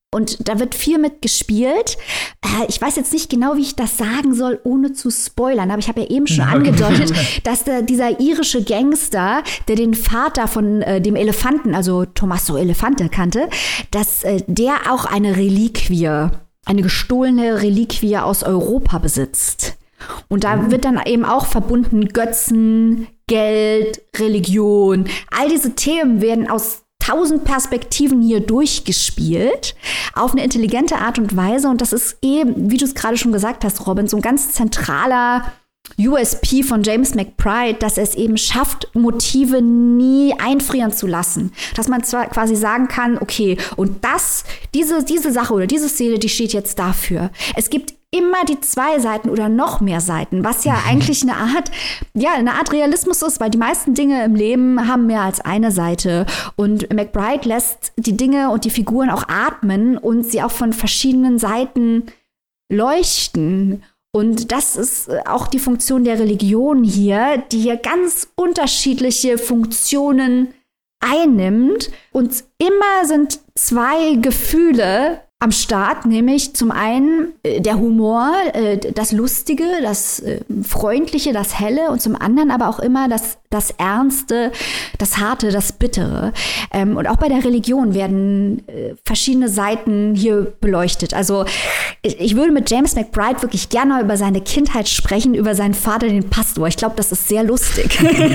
S2: Und da wird viel mit gespielt. Ich weiß jetzt nicht genau, wie ich das sagen soll, ohne zu spoilern. Aber ich habe ja eben schon angedeutet, dass dieser irische Gangster, der den Vater von dem Elefanten, also Tommaso Elefante, kannte, dass der auch eine gestohlene Reliquie aus Europa besitzt. Und da wird dann eben auch verbunden Götzen, Geld, Religion. All diese Themen werden aus 1000 Perspektiven hier durchgespielt, auf eine intelligente Art und Weise. Und das ist eben, wie du es gerade schon gesagt hast, Robin, so ein ganz zentraler USP von James McBride, dass er es eben schafft, Motive nie einfrieren zu lassen. Dass man zwar quasi sagen kann, okay, und diese Sache oder diese Szene, die steht jetzt dafür. Es gibt immer die 2 Seiten oder noch mehr Seiten, was ja eigentlich eine Art Realismus ist, weil die meisten Dinge im Leben haben mehr als eine Seite. Und McBride lässt die Dinge und die Figuren auch atmen und sie auch von verschiedenen Seiten leuchten. Und das ist auch die Funktion der Religion hier, die hier ganz unterschiedliche Funktionen einnimmt. Und immer sind 2 Gefühle am Start, nämlich zum einen der Humor, das Lustige, das Freundliche, das Helle und zum anderen aber auch immer das Ernste, das Harte, das Bittere. Und auch bei der Religion werden verschiedene Seiten hier beleuchtet. Also ich würde mit James McBride wirklich gerne über seine Kindheit sprechen, über seinen Vater, den Pastor. Ich glaube, das ist sehr lustig.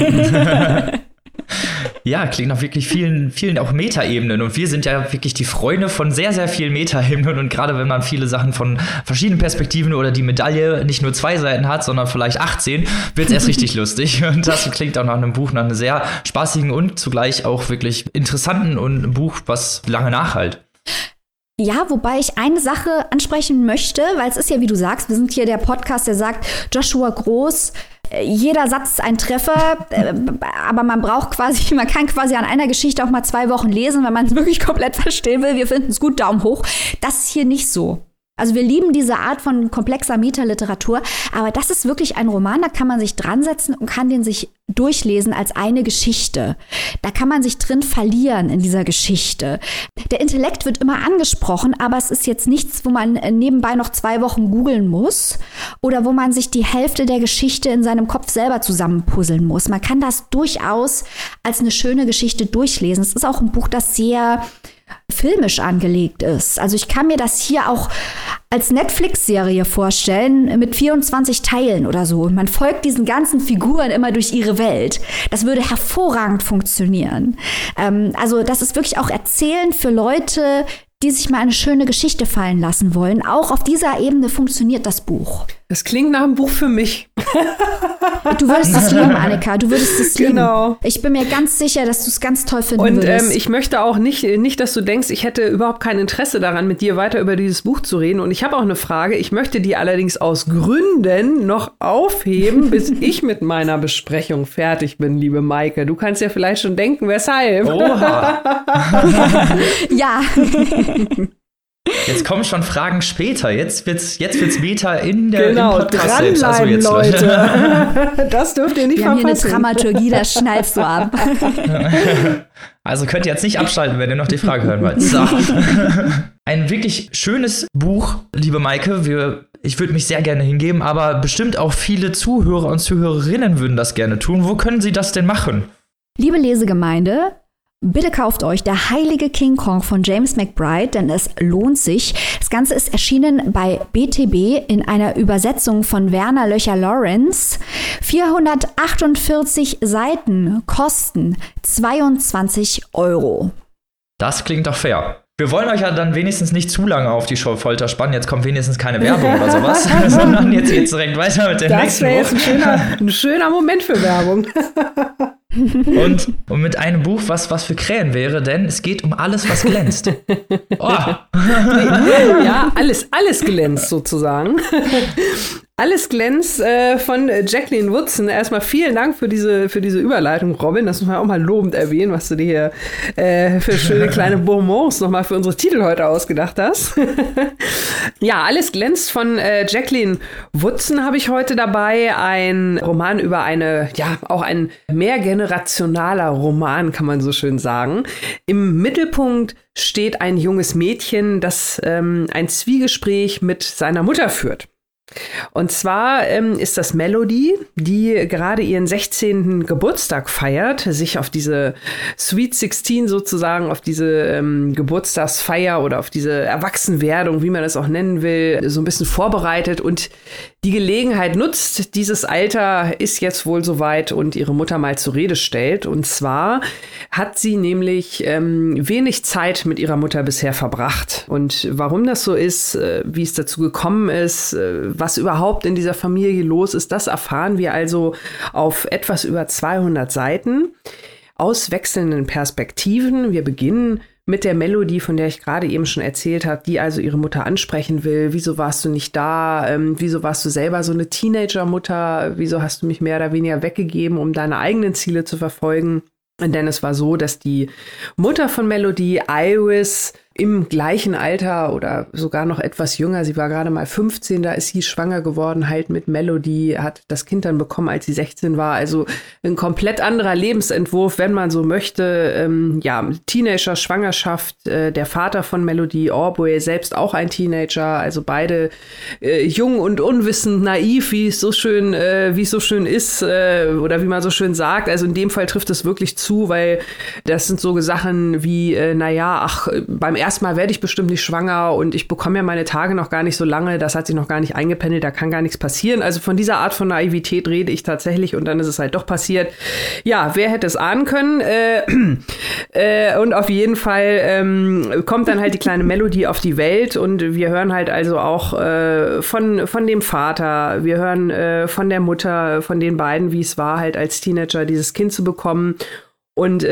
S1: Ja, klingt nach wirklich vielen auch Metaebenen. Und wir sind ja wirklich die Freunde von sehr, sehr vielen Metaebenen. Und gerade wenn man viele Sachen von verschiedenen Perspektiven oder die Medaille nicht nur 2 Seiten hat, sondern vielleicht 18, wird es erst richtig lustig. Und das klingt auch nach einem Buch, nach einem sehr spaßigen und zugleich auch wirklich interessanten und ein Buch, was lange nachhält.
S2: Ja, wobei ich eine Sache ansprechen möchte, weil es ist ja, wie du sagst, wir sind hier der Podcast, der sagt, Joshua Groß, jeder Satz ist ein Treffer, aber man kann quasi an einer Geschichte auch mal 2 Wochen lesen, wenn man es wirklich komplett verstehen will. Wir finden es gut, Daumen hoch. Das ist hier nicht so. Also wir lieben diese Art von komplexer Metaliteratur, aber das ist wirklich ein Roman, da kann man sich dran setzen und kann den sich durchlesen als eine Geschichte. Da kann man sich drin verlieren in dieser Geschichte. Der Intellekt wird immer angesprochen, aber es ist jetzt nichts, wo man nebenbei noch 2 Wochen googeln muss oder wo man sich die Hälfte der Geschichte in seinem Kopf selber zusammenpuzzeln muss. Man kann das durchaus als eine schöne Geschichte durchlesen. Es ist auch ein Buch, das sehr filmisch angelegt ist. Also ich kann mir das hier auch als Netflix-Serie vorstellen mit 24 Teilen oder so. Und man folgt diesen ganzen Figuren immer durch ihre Welt. Das würde hervorragend funktionieren. Also das ist wirklich auch Erzählen für Leute, die sich mal eine schöne Geschichte fallen lassen wollen. Auch auf dieser Ebene funktioniert das Buch.
S3: Das klingt nach einem Buch für mich.
S2: Du würdest es lieben, Annika. Du würdest es lieben.
S3: Genau.
S2: Ich bin mir ganz sicher, dass du es ganz toll finden würdest.
S3: Und ich möchte auch nicht, dass du denkst, ich hätte überhaupt kein Interesse daran, mit dir weiter über dieses Buch zu reden. Und ich habe auch eine Frage. Ich möchte die allerdings aus Gründen noch aufheben, bis ich mit meiner Besprechung fertig bin, liebe Maike. Du kannst ja vielleicht schon denken, weshalb.
S1: Oha.
S2: Ja.
S1: Jetzt kommen schon Fragen später. Jetzt wird's Meta in der
S3: im
S1: Podcast selbst.
S3: Also jetzt, Leute. Das dürft ihr nicht
S2: Wir haben
S3: verpassen.
S2: hier eine Dramaturgie, das schnallst du ab.
S1: Also könnt ihr jetzt nicht abschalten, wenn ihr noch die Frage hören wollt. So. Ein wirklich schönes Buch, liebe Maike. Ich würde mich sehr gerne hingeben, aber bestimmt auch viele Zuhörer und Zuhörerinnen würden das gerne tun. Wo können sie das denn machen?
S2: Liebe Lesegemeinde, bitte kauft euch Der heilige King Kong von James McBride, denn es lohnt sich. Das Ganze ist erschienen bei BTB in einer Übersetzung von Werner Löcher-Lawrence. 448 Seiten kosten 22 €.
S1: Das klingt doch fair. Wir wollen euch ja dann wenigstens nicht zu lange auf die Folter spannen. Jetzt kommt wenigstens keine Werbung oder sowas, sondern jetzt geht's direkt weiter mit dem nächsten Buch.
S3: Das wäre jetzt ein schöner Moment für Werbung.
S1: Und mit einem Buch, was für Krähen wäre, denn es geht um alles, was glänzt. Oh.
S3: Ja, alles glänzt sozusagen. Alles glänzt von Jacqueline Woodson. Erstmal vielen Dank für diese Überleitung, Robin. Das muss man auch mal lobend erwähnen, was du dir hier für schöne kleine Bonbons nochmal für unsere Titel heute ausgedacht hast. Ja, Alles glänzt von Jacqueline Woodson habe ich heute dabei. Ein Roman über auch ein mehrgenerationaler Roman, kann man so schön sagen. Im Mittelpunkt steht ein junges Mädchen, das ein Zwiegespräch mit seiner Mutter führt. Und zwar ist das Melody, die gerade ihren 16. Geburtstag feiert, sich auf diese Sweet 16 sozusagen, auf diese Geburtstagsfeier oder auf diese Erwachsenwerdung, wie man das auch nennen will, so ein bisschen vorbereitet und die Gelegenheit nutzt. Dieses Alter ist jetzt wohl soweit und ihre Mutter mal zur Rede stellt. Und zwar hat sie nämlich wenig Zeit mit ihrer Mutter bisher verbracht. Und warum das so ist, wie es dazu gekommen ist, was überhaupt in dieser Familie los ist, das erfahren wir also auf etwas über 200 Seiten aus wechselnden Perspektiven. Wir beginnen mit der Melody, von der ich gerade eben schon erzählt habe, die also ihre Mutter ansprechen will. Wieso warst du nicht da? Wieso warst du selber so eine Teenager-Mutter? Wieso hast du mich mehr oder weniger weggegeben, um deine eigenen Ziele zu verfolgen? Denn es war so, dass die Mutter von Melody, Iris, im gleichen Alter oder sogar noch etwas jünger, sie war gerade mal 15, da ist sie schwanger geworden, halt mit Melody, hat das Kind dann bekommen, als sie 16 war. Also ein komplett anderer Lebensentwurf, wenn man so möchte. Teenager, Schwangerschaft, der Vater von Melody, Aubrey, selbst auch ein Teenager, also beide jung und unwissend, naiv, wie es so schön ist oder wie man so schön sagt. Also in dem Fall trifft es wirklich zu, weil das sind so Sachen wie, beim ersten Mal werde ich bestimmt nicht schwanger und ich bekomme ja meine Tage noch gar nicht so lange, das hat sich noch gar nicht eingependelt, da kann gar nichts passieren. Also von dieser Art von Naivität rede ich tatsächlich und dann ist es halt doch passiert. Ja, wer hätte es ahnen können? Und auf jeden Fall kommt dann halt die kleine Melody auf die Welt und wir hören halt also auch von dem Vater, wir hören von der Mutter, von den beiden, wie es war, halt als Teenager dieses Kind zu bekommen. Und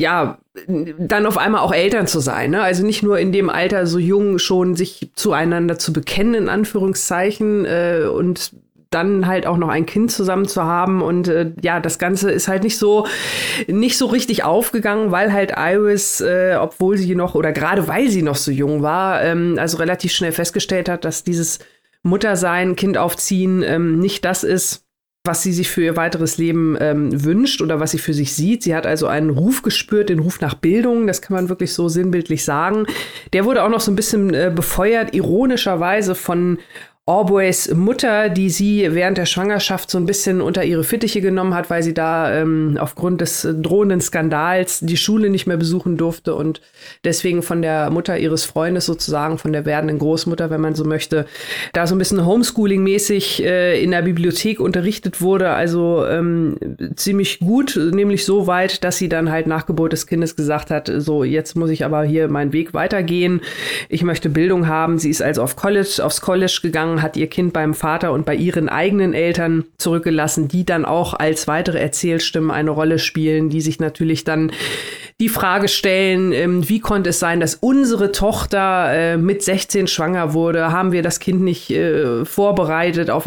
S3: dann auf einmal auch Eltern zu sein, ne? Also nicht nur in dem Alter so jung schon sich zueinander zu bekennen, in Anführungszeichen, und dann halt auch noch ein Kind zusammen zu haben. Und das Ganze ist halt nicht so richtig aufgegangen, weil halt Iris, obwohl sie noch, oder gerade weil sie noch so jung war, also relativ schnell festgestellt hat, dass dieses Muttersein, Kind aufziehen nicht das ist, was sie sich für ihr weiteres Leben wünscht oder was sie für sich sieht. Sie hat also einen Ruf gespürt, den Ruf nach Bildung, das kann man wirklich so sinnbildlich sagen. Der wurde auch noch so ein bisschen befeuert, ironischerweise von Aubreys Mutter, die sie während der Schwangerschaft so ein bisschen unter ihre Fittiche genommen hat, weil sie da aufgrund des drohenden Skandals die Schule nicht mehr besuchen durfte und deswegen von der Mutter ihres Freundes sozusagen, von der werdenden Großmutter, wenn man so möchte, da so ein bisschen Homeschooling-mäßig in der Bibliothek unterrichtet wurde. Also ziemlich gut, nämlich so weit, dass sie dann halt nach Geburt des Kindes gesagt hat, so jetzt muss ich aber hier meinen Weg weitergehen. Ich möchte Bildung haben. Sie ist also aufs College gegangen, hat ihr Kind beim Vater und bei ihren eigenen Eltern zurückgelassen, die dann auch als weitere Erzählstimmen eine Rolle spielen, die sich natürlich dann die Frage stellen, wie konnte es sein, dass unsere Tochter mit 16 schwanger wurde? Haben wir das Kind nicht vorbereitet auf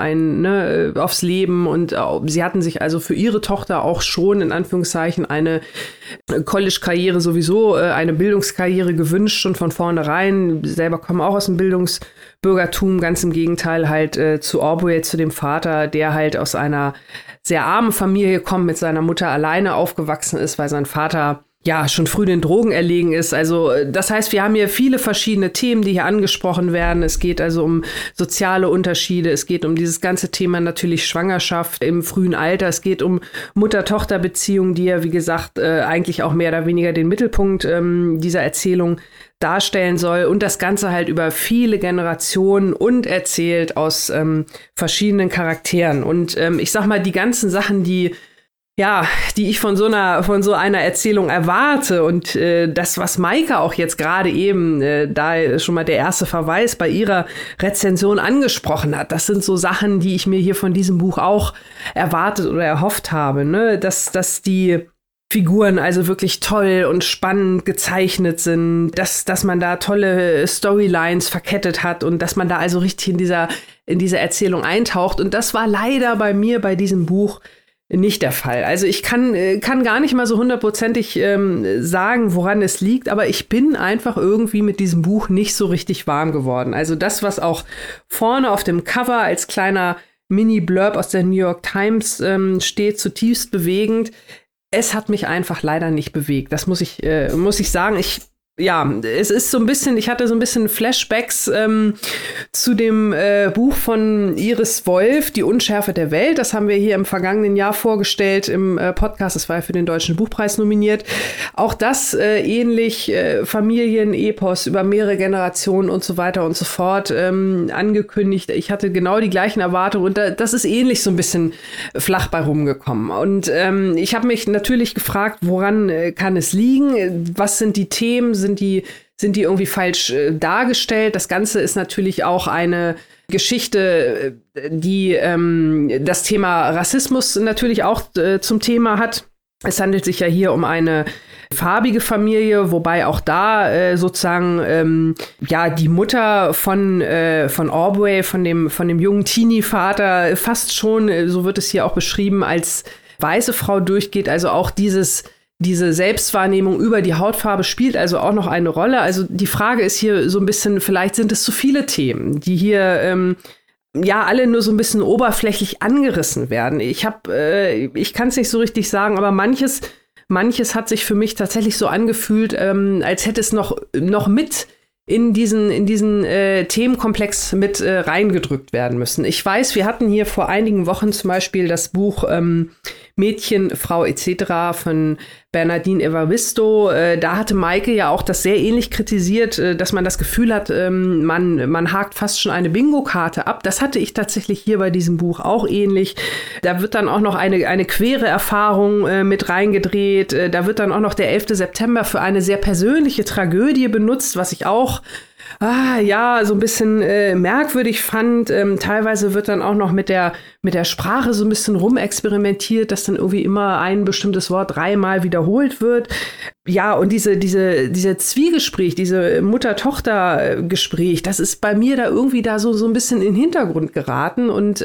S3: aufs Leben? Und sie hatten sich also für ihre Tochter auch schon in Anführungszeichen eine College-Karriere sowieso, eine Bildungskarriere gewünscht, schon von vornherein. Sie selber kommen auch aus dem Bildungsbürgertum, ganz im Gegenteil halt zu Aubrey, zu dem Vater, der halt aus einer sehr armen Familie kommt, mit seiner Mutter alleine aufgewachsen ist, weil sein Vater ja schon früh den Drogen erlegen ist. Also das heißt, wir haben hier viele verschiedene Themen, die hier angesprochen werden. Es geht also um soziale Unterschiede. Es geht um dieses ganze Thema natürlich Schwangerschaft im frühen Alter. Es geht um Mutter-Tochter-Beziehungen, die ja, wie gesagt, eigentlich auch mehr oder weniger den Mittelpunkt dieser Erzählung darstellen soll. Und das Ganze halt über viele Generationen und erzählt aus verschiedenen Charakteren. Und ich sag mal, die ganzen Sachen, die ich von so einer Erzählung erwarte und das, was Maike auch jetzt gerade eben, da schon mal der erste Verweis bei ihrer Rezension angesprochen hat, das sind so Sachen, die ich mir hier von diesem Buch auch erwartet oder erhofft habe, ne? Dass die Figuren also wirklich toll und spannend gezeichnet sind, dass man da tolle Storylines verkettet hat und dass man da also richtig in diese Erzählung eintaucht. Und das war leider bei mir bei diesem Buch nicht der Fall. Also ich kann gar nicht mal so hundertprozentig sagen, woran es liegt, aber ich bin einfach irgendwie mit diesem Buch nicht so richtig warm geworden. Also das, was auch vorne auf dem Cover als kleiner Mini-Blurb aus der New York Times steht, zutiefst bewegend. Es hat mich einfach leider nicht bewegt. Das muss ich sagen. Es ist so ein bisschen, ich hatte so ein bisschen Flashbacks zu dem Buch von Iris Wolf, Die Unschärfe der Welt. Das haben wir hier im vergangenen Jahr vorgestellt im Podcast. Das war ja für den Deutschen Buchpreis nominiert. Auch das ähnlich Familienepos über mehrere Generationen und so weiter und so fort angekündigt. Ich hatte genau die gleichen Erwartungen und das ist ähnlich so ein bisschen flach bei rumgekommen. Und ich habe mich natürlich gefragt, woran kann es liegen? Was sind die Themen? Sind die irgendwie falsch dargestellt? Das Ganze ist natürlich auch eine Geschichte, die das Thema Rassismus natürlich auch zum Thema hat. Es handelt sich ja hier um eine farbige Familie, wobei auch da sozusagen die Mutter von Aubrey, von dem jungen Teenie-Vater fast schon, so wird es hier auch beschrieben, als weiße Frau durchgeht. Also auch diese Selbstwahrnehmung über die Hautfarbe spielt also auch noch eine Rolle. Also die Frage ist hier so ein bisschen, vielleicht sind es zu viele Themen, die hier alle nur so ein bisschen oberflächlich angerissen werden. Ich kann es nicht so richtig sagen, aber manches hat sich für mich tatsächlich so angefühlt, als hätte es noch mit in diesen Themenkomplex mit reingedrückt werden müssen. Ich weiß, wir hatten hier vor einigen Wochen zum Beispiel das Buch Mädchen, Frau etc. von Bernardine Evaristo. Da hatte Maike ja auch das sehr ähnlich kritisiert, dass man das Gefühl hat, man hakt fast schon eine Bingo-Karte ab. Das hatte ich tatsächlich hier bei diesem Buch auch ähnlich. Da wird dann auch noch eine queere Erfahrung mit reingedreht. Da wird dann auch noch der 11. September für eine sehr persönliche Tragödie benutzt, was ich auch so ein bisschen merkwürdig fand. Teilweise wird dann auch noch mit der Sprache so ein bisschen rumexperimentiert, dass dann irgendwie immer ein bestimmtes Wort 3-mal wiederholt wird. Ja, und diese Zwiegespräch, diese Mutter-Tochter-Gespräch, das ist bei mir da irgendwie so ein bisschen in den Hintergrund geraten. Und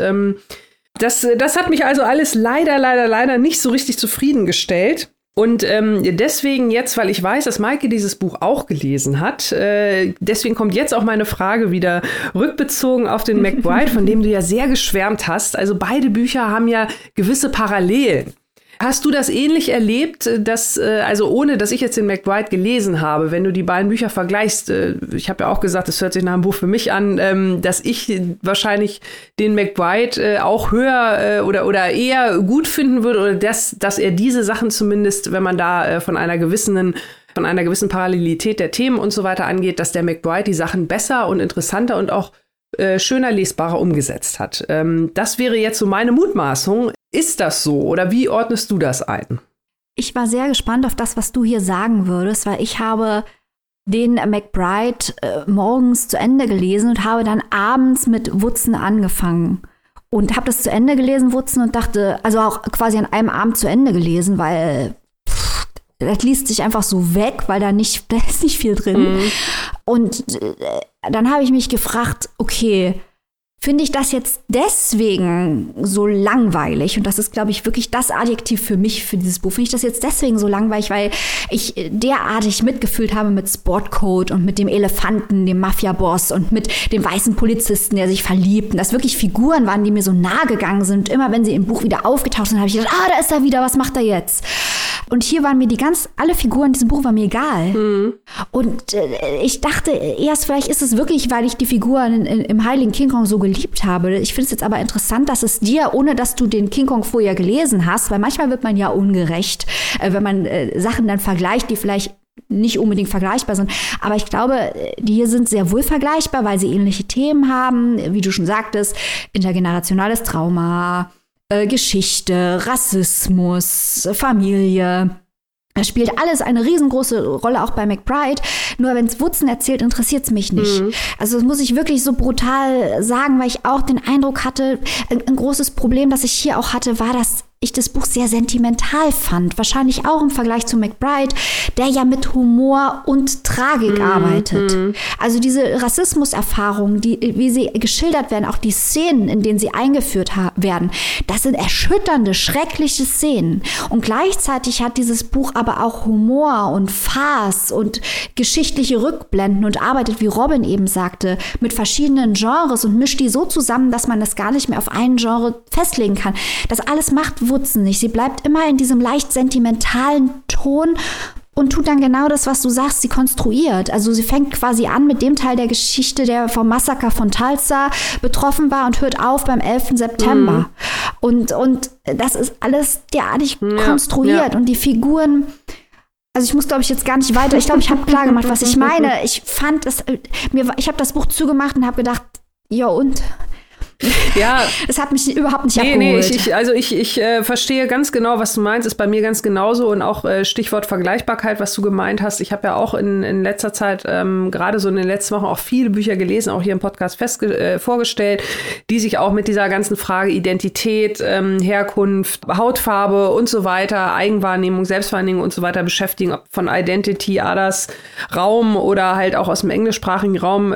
S3: das hat mich also alles leider nicht so richtig zufriedengestellt. Und deswegen jetzt, weil ich weiß, dass Maike dieses Buch auch gelesen hat, deswegen kommt jetzt auch meine Frage wieder rückbezogen auf den McBride, von dem du ja sehr geschwärmt hast. Also beide Bücher haben ja gewisse Parallelen. Hast du das ähnlich erlebt, dass, also ohne, dass ich jetzt den McBride gelesen habe, wenn du die beiden Bücher vergleichst, ich habe ja auch gesagt, es hört sich nach einem Buch für mich an, dass ich wahrscheinlich den McBride auch höher oder eher gut finden würde, oder dass er diese Sachen zumindest, wenn man da von einer gewissen Parallelität der Themen und so weiter angeht, dass der McBride die Sachen besser und interessanter und auch schöner lesbarer umgesetzt hat. Das wäre jetzt so meine Mutmaßung. Ist das so oder wie ordnest du das ein?
S2: Ich war sehr gespannt auf das, was du hier sagen würdest, weil ich habe den McBride morgens zu Ende gelesen und habe dann abends mit Wutzen angefangen. Und habe das zu Ende gelesen, Wutzen, und dachte, also auch quasi an einem Abend zu Ende gelesen, weil das liest sich einfach so weg, weil da ist nicht viel drin. Mhm. Und dann habe ich mich gefragt, okay, finde ich das jetzt deswegen so langweilig? Und das ist, glaube ich, wirklich das Adjektiv für mich, für dieses Buch. Finde ich das jetzt deswegen so langweilig, weil ich derartig mitgefühlt habe mit Sportcoat und mit dem Elefanten, dem Mafia-Boss und mit dem weißen Polizisten, der sich verliebt. Und das wirklich Figuren waren, die mir so nahe gegangen sind. Immer wenn sie im Buch wieder aufgetaucht sind, habe ich gedacht, da ist er wieder, was macht er jetzt? Und hier waren mir alle Figuren in diesem Buch waren mir egal. Mhm. Und ich dachte erst, vielleicht ist es wirklich, weil ich die Figuren im Heiligen King Kong so geliebt habe. Ich finde es jetzt aber interessant, dass es dir, ohne dass du den King Kong vorher gelesen hast, weil manchmal wird man ja ungerecht, wenn man Sachen dann vergleicht, die vielleicht nicht unbedingt vergleichbar sind. Aber ich glaube, die hier sind sehr wohl vergleichbar, weil sie ähnliche Themen haben, wie du schon sagtest, intergenerationales Trauma, Geschichte, Rassismus, Familie. Das spielt alles eine riesengroße Rolle, auch bei McBride. Nur wenn es Wutzen erzählt, interessiert es mich nicht. Mhm. Also das muss ich wirklich so brutal sagen, weil ich auch den Eindruck hatte, ein großes Problem, das ich hier auch hatte, war, dass ich das Buch sehr sentimental fand. Wahrscheinlich auch im Vergleich zu McBride, der ja mit Humor und Tragik arbeitet. Also diese Rassismuserfahrungen, wie sie geschildert werden, auch die Szenen, in denen sie eingeführt werden, das sind erschütternde, schreckliche Szenen. Und gleichzeitig hat dieses Buch aber auch Humor und Farce und geschichtliche Rückblenden und arbeitet, wie Robin eben sagte, mit verschiedenen Genres und mischt die so zusammen, dass man das gar nicht mehr auf ein Genre festlegen kann. Das alles macht Wutzen nicht. Sie bleibt immer in diesem leicht sentimentalen Ton und tut dann genau das, was du sagst, sie konstruiert. Also sie fängt quasi an mit dem Teil der Geschichte, der vom Massaker von Tulsa betroffen war und hört auf beim 11. September. Und das ist alles derartig konstruiert und die Figuren. Also ich muss, glaube ich, jetzt gar nicht weiter. Ich glaube, ich habe klar gemacht, was ich meine. Ich fand es, ich habe das Buch zugemacht und habe gedacht, ja und?
S3: Ja.
S2: Es hat mich überhaupt nicht abgeholt.
S3: Ich verstehe ganz genau, was du meinst. Ist bei mir ganz genauso. Und auch Stichwort Vergleichbarkeit, was du gemeint hast. Ich habe ja auch in letzter Zeit, gerade so in den letzten Wochen, auch viele Bücher gelesen, auch hier im Podcast vorgestellt, die sich auch mit dieser ganzen Frage Identität, Herkunft, Hautfarbe und so weiter, Eigenwahrnehmung, Selbstwahrnehmung und so weiter beschäftigen. Ob von Identity, Others, Raum oder halt auch aus dem englischsprachigen Raum,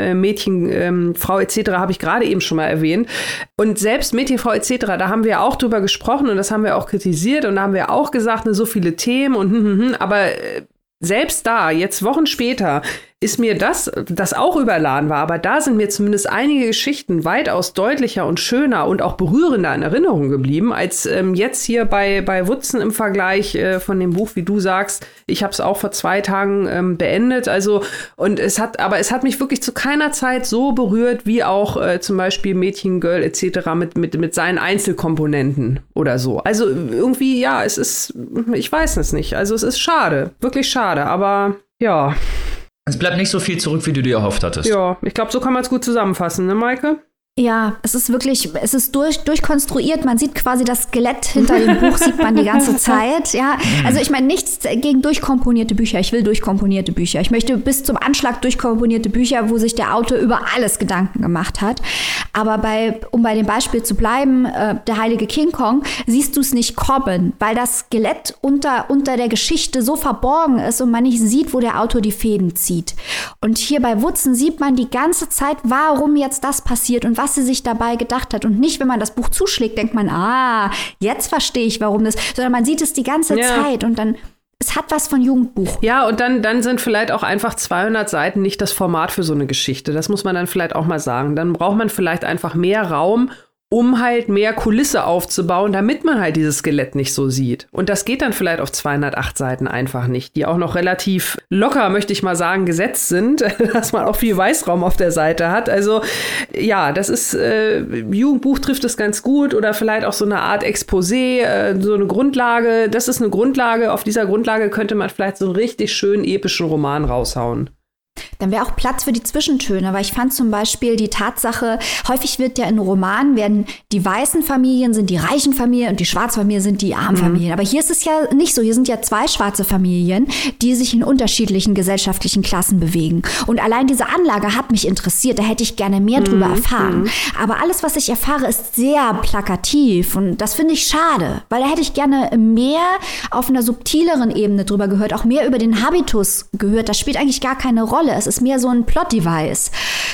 S3: Mädchen, Frau etc. habe ich gerade eben schon mal erwähnt. Und selbst Mädchen, Frau etc., da haben wir auch drüber gesprochen und das haben wir auch kritisiert und da haben wir auch gesagt, so viele Themen und aber selbst da, jetzt Wochen später, ist mir das auch überladen war, aber da sind mir zumindest einige Geschichten weitaus deutlicher und schöner und auch berührender in Erinnerung geblieben, als jetzt hier bei Wutzen im Vergleich von dem Buch, wie du sagst. Ich habe es auch vor 2 Tagen beendet. Also, und es hat mich wirklich zu keiner Zeit so berührt, wie auch zum Beispiel Mädchen, Girl etc. mit seinen Einzelkomponenten oder so. Also irgendwie, ja, ich weiß es nicht. Also es ist schade, wirklich schade, aber ja.
S1: Es bleibt nicht so viel zurück, wie du dir erhofft hattest.
S3: Ja, ich glaube, so kann man es gut zusammenfassen, ne, Maike?
S2: Ja, es ist durchkonstruiert. Man sieht quasi das Skelett hinter dem Buch, sieht man die ganze Zeit. Ja, also ich meine, nichts gegen durchkomponierte Bücher. Ich will durchkomponierte Bücher. Ich möchte bis zum Anschlag durchkomponierte Bücher, wo sich der Autor über alles Gedanken gemacht hat. Aber um bei dem Beispiel zu bleiben, der heilige King Kong, siehst du es nicht kommen, weil das Skelett unter der Geschichte so verborgen ist und man nicht sieht, wo der Autor die Fäden zieht. Und hier bei Wutzen sieht man die ganze Zeit, warum jetzt das passiert und was sie sich dabei gedacht hat. Und nicht, wenn man das Buch zuschlägt, denkt man, jetzt verstehe ich, warum das, sondern man sieht es die ganze Zeit und dann, es hat was von Jugendbuch.
S3: Ja, und dann sind vielleicht auch einfach 200 Seiten nicht das Format für so eine Geschichte. Das muss man dann vielleicht auch mal sagen. Dann braucht man vielleicht einfach mehr Raum, um halt mehr Kulisse aufzubauen, damit man halt dieses Skelett nicht so sieht. Und das geht dann vielleicht auf 208 Seiten einfach nicht, die auch noch relativ locker, möchte ich mal sagen, gesetzt sind, dass man auch viel Weißraum auf der Seite hat. Also ja, das ist, Jugendbuch trifft es ganz gut oder vielleicht auch so eine Art Exposé, so eine Grundlage. Das ist eine Grundlage, auf dieser Grundlage könnte man vielleicht so einen richtig schönen epischen Roman raushauen.
S2: Dann wäre auch Platz für die Zwischentöne, weil ich fand zum Beispiel die Tatsache, häufig wird ja in Romanen, werden die weißen Familien sind die reichen Familien und die schwarzen Familien sind die armen Familien. Aber hier ist es ja nicht so. Hier sind ja 2 schwarze Familien, die sich in unterschiedlichen gesellschaftlichen Klassen bewegen. Und allein diese Anlage hat mich interessiert. Da hätte ich gerne mehr drüber erfahren. Aber alles, was ich erfahre, ist sehr plakativ. Und das finde ich schade, weil da hätte ich gerne mehr auf einer subtileren Ebene drüber gehört, auch mehr über den Habitus gehört. Das spielt eigentlich gar keine Rolle. Es ist mehr so ein Plot-Device.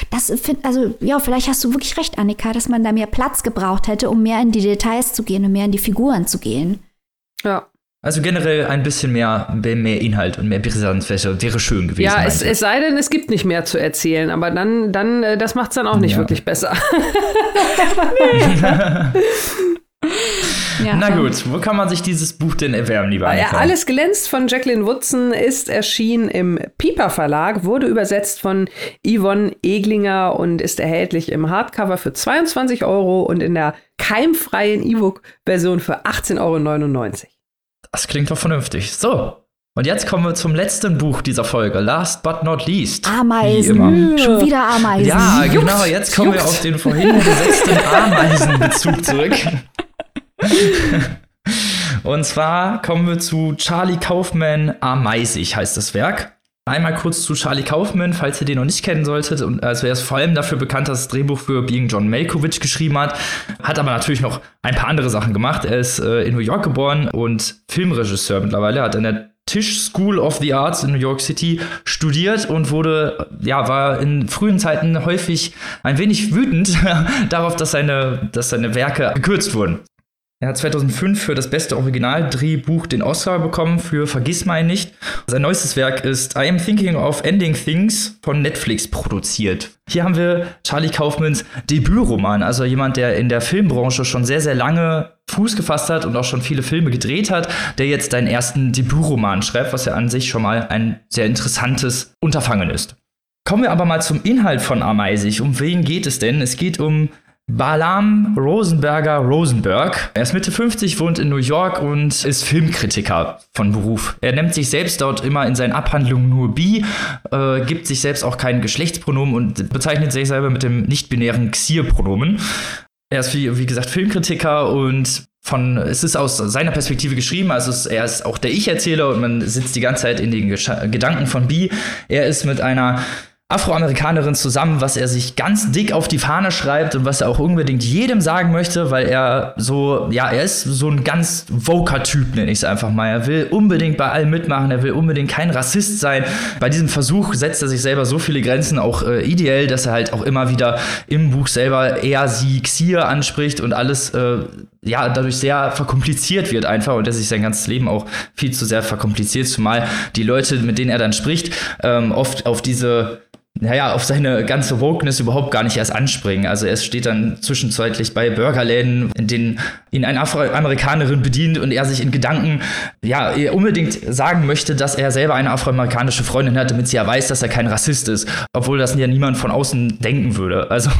S2: Vielleicht hast du wirklich recht, Annika, dass man da mehr Platz gebraucht hätte, um mehr in die Details zu gehen und mehr in die Figuren zu gehen.
S3: Ja.
S1: Also generell ein bisschen mehr Inhalt und mehr Brisanz wäre schön gewesen.
S3: Ja, es sei denn, es gibt nicht mehr zu erzählen, aber dann das macht es dann auch nicht wirklich besser.
S1: Ja. Na gut, wo kann man sich dieses Buch denn erwerben, lieber Annika?
S3: Alles glänzt von Jacqueline Woodson ist erschienen im Piper Verlag, wurde übersetzt von Yvonne Eglinger und ist erhältlich im Hardcover für 22 € und in der keimfreien E-Book-Version für 18,99 €.
S1: Das klingt doch vernünftig. So, und jetzt kommen wir zum letzten Buch dieser Folge, last but not least.
S2: Ameisen, schon wieder Ameisen.
S1: Ja, genau, jetzt kommen wir auf den vorhin gesetzten Ameisenbezug zurück. Und zwar kommen wir zu Charlie Kaufman Ameisig, heißt das Werk. Einmal kurz zu Charlie Kaufman, falls ihr den noch nicht kennen solltet. Und also er ist vor allem dafür bekannt, dass das Drehbuch für Being John Malkovich geschrieben hat aber natürlich noch ein paar andere Sachen gemacht. Er ist in New York geboren und Filmregisseur mittlerweile, hat an der Tisch School of the Arts in New York City studiert und war in frühen Zeiten häufig ein wenig wütend darauf, dass seine Werke gekürzt wurden. Er hat 2005 für das beste Originaldrehbuch den Oscar bekommen für Vergissmeinnicht nicht. Sein neuestes Werk ist I Am Thinking of Ending Things von Netflix produziert. Hier haben wir Charlie Kaufmans Debütroman, also jemand, der in der Filmbranche schon sehr, sehr lange Fuß gefasst hat und auch schon viele Filme gedreht hat, der jetzt seinen ersten Debütroman schreibt, was ja an sich schon mal ein sehr interessantes Unterfangen ist. Kommen wir aber mal zum Inhalt von Ameisig. Um wen geht es denn? Es geht um Balaam Rosenberg. Er ist Mitte 50, wohnt in New York und ist Filmkritiker von Beruf. Er nennt sich selbst dort immer in seinen Abhandlungen nur bi, gibt sich selbst auch kein Geschlechtspronomen und bezeichnet sich selber mit dem nicht-binären Xir-Pronomen. Er ist wie gesagt Filmkritiker und es ist aus seiner Perspektive geschrieben, also er ist auch der Ich-Erzähler und man sitzt die ganze Zeit in den Gedanken von Bi. Er ist mit einer Afroamerikanerin zusammen, was er sich ganz dick auf die Fahne schreibt und was er auch unbedingt jedem sagen möchte, weil er ist so ein ganz Voker-Typ, nenne ich es einfach mal. Er will unbedingt bei allem mitmachen, er will unbedingt kein Rassist sein. Bei diesem Versuch setzt er sich selber so viele Grenzen, auch ideell, dass er halt auch immer wieder im Buch selber eher sie Xir anspricht und alles dadurch sehr verkompliziert wird einfach und er sich sein ganzes Leben auch viel zu sehr verkompliziert, zumal die Leute, mit denen er dann spricht, oft auf seine ganze Wokeness überhaupt gar nicht erst anspringen. Also er steht dann zwischenzeitlich bei Burgerläden, in denen ihn eine Afroamerikanerin bedient und er sich in Gedanken unbedingt sagen möchte, dass er selber eine afroamerikanische Freundin hat, damit sie ja weiß, dass er kein Rassist ist, obwohl das ja niemand von außen denken würde. Also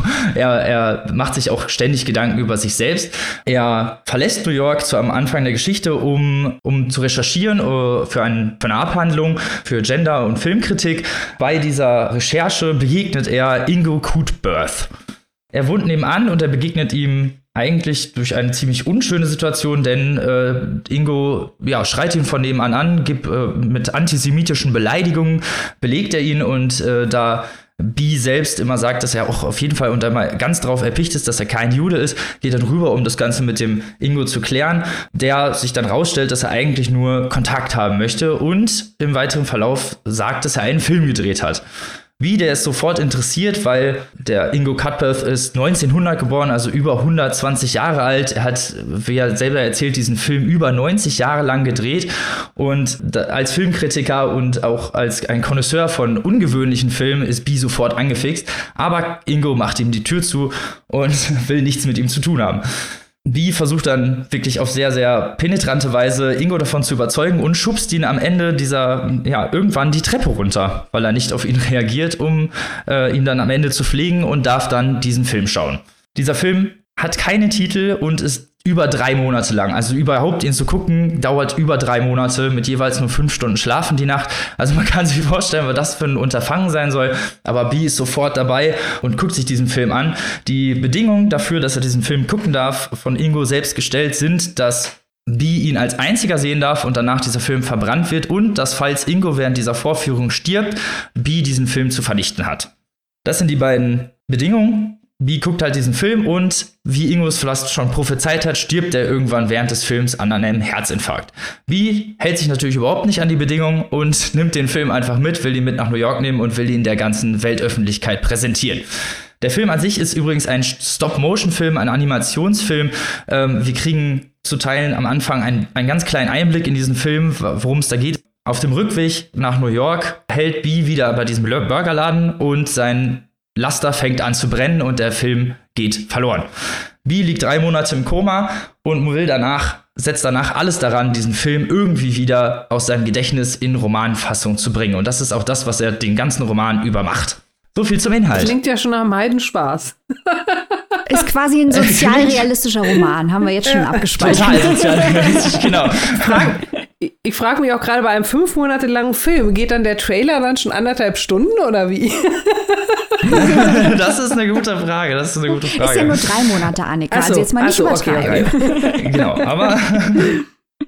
S1: er macht sich auch ständig Gedanken über sich selbst. Er verlässt New York am Anfang der Geschichte, um zu recherchieren für eine Abhandlung für Gender- und Filmkritik. Bei dieser Recherche begegnet er Ingo Cuthbert. Er wohnt nebenan und er begegnet ihm eigentlich durch eine ziemlich unschöne Situation, denn Ingo schreit ihn von nebenan an, mit antisemitischen Beleidigungen belegt er ihn und da Bi selbst immer sagt, dass er auch auf jeden Fall und einmal ganz drauf erpicht ist, dass er kein Jude ist, geht dann rüber, um das Ganze mit dem Ingo zu klären, der sich dann rausstellt, dass er eigentlich nur Kontakt haben möchte und im weiteren Verlauf sagt, dass er einen Film gedreht hat. Der ist sofort interessiert, weil der Ingo Cuthbert ist 1900 geboren, also über 120 Jahre alt. Er hat, wie er selber erzählt, diesen Film über 90 Jahre lang gedreht. Und als Filmkritiker und auch als ein Connoisseur von ungewöhnlichen Filmen ist Bi sofort angefixt. Aber Ingo macht ihm die Tür zu und will nichts mit ihm zu tun haben. Bi versucht dann wirklich auf sehr, sehr penetrante Weise Ingo davon zu überzeugen und schubst ihn am Ende irgendwann die Treppe runter, weil er nicht auf ihn reagiert, um ihn dann am Ende zu pflegen und darf dann diesen Film schauen. Dieser Film hat keinen Titel und ist über 3 Monate lang. Also überhaupt ihn zu gucken, dauert über 3 Monate mit jeweils nur 5 Stunden Schlafen die Nacht. Also man kann sich vorstellen, was das für ein Unterfangen sein soll. Aber Bi ist sofort dabei und guckt sich diesen Film an. Die Bedingungen dafür, dass er diesen Film gucken darf, von Ingo selbst gestellt sind, dass Bi ihn als einziger sehen darf und danach dieser Film verbrannt wird und dass, falls Ingo während dieser Vorführung stirbt, Bi diesen Film zu vernichten hat. Das sind die beiden Bedingungen. Bi guckt halt diesen Film und, wie Ingo es vielleicht schon prophezeit hat, stirbt er irgendwann während des Films an einem Herzinfarkt. Bi hält sich natürlich überhaupt nicht an die Bedingungen und nimmt den Film einfach mit, will ihn mit nach New York nehmen und will ihn der ganzen Weltöffentlichkeit präsentieren. Der Film an sich ist übrigens ein Stop-Motion-Film, ein Animationsfilm. Wir kriegen zu Teilen am Anfang einen ganz kleinen Einblick in diesen Film, worum es da geht. Auf dem Rückweg nach New York hält Bi wieder bei diesem Burgerladen und sein Laster fängt an zu brennen und der Film geht verloren. Bi liegt 3 Monate im Koma und setzt danach alles daran, diesen Film irgendwie wieder aus seinem Gedächtnis in Romanfassung zu bringen. Und das ist auch das, was er den ganzen Roman über macht. So viel zum Inhalt.
S3: Klingt ja schon nach einem Heidenspaß.
S2: Ist quasi ein sozialrealistischer Roman, haben wir jetzt schon abgespeichert.
S1: Total sozialrealistisch, genau.
S3: Ich frage mich auch gerade bei einem 5 Monate langen Film, geht dann der Trailer dann schon 1,5 Stunden oder wie?
S1: Das ist eine gute Frage.
S2: Ist ja nur 3 Monate, Annika. Also jetzt mal nicht übertreiben.
S1: Okay. Genau, aber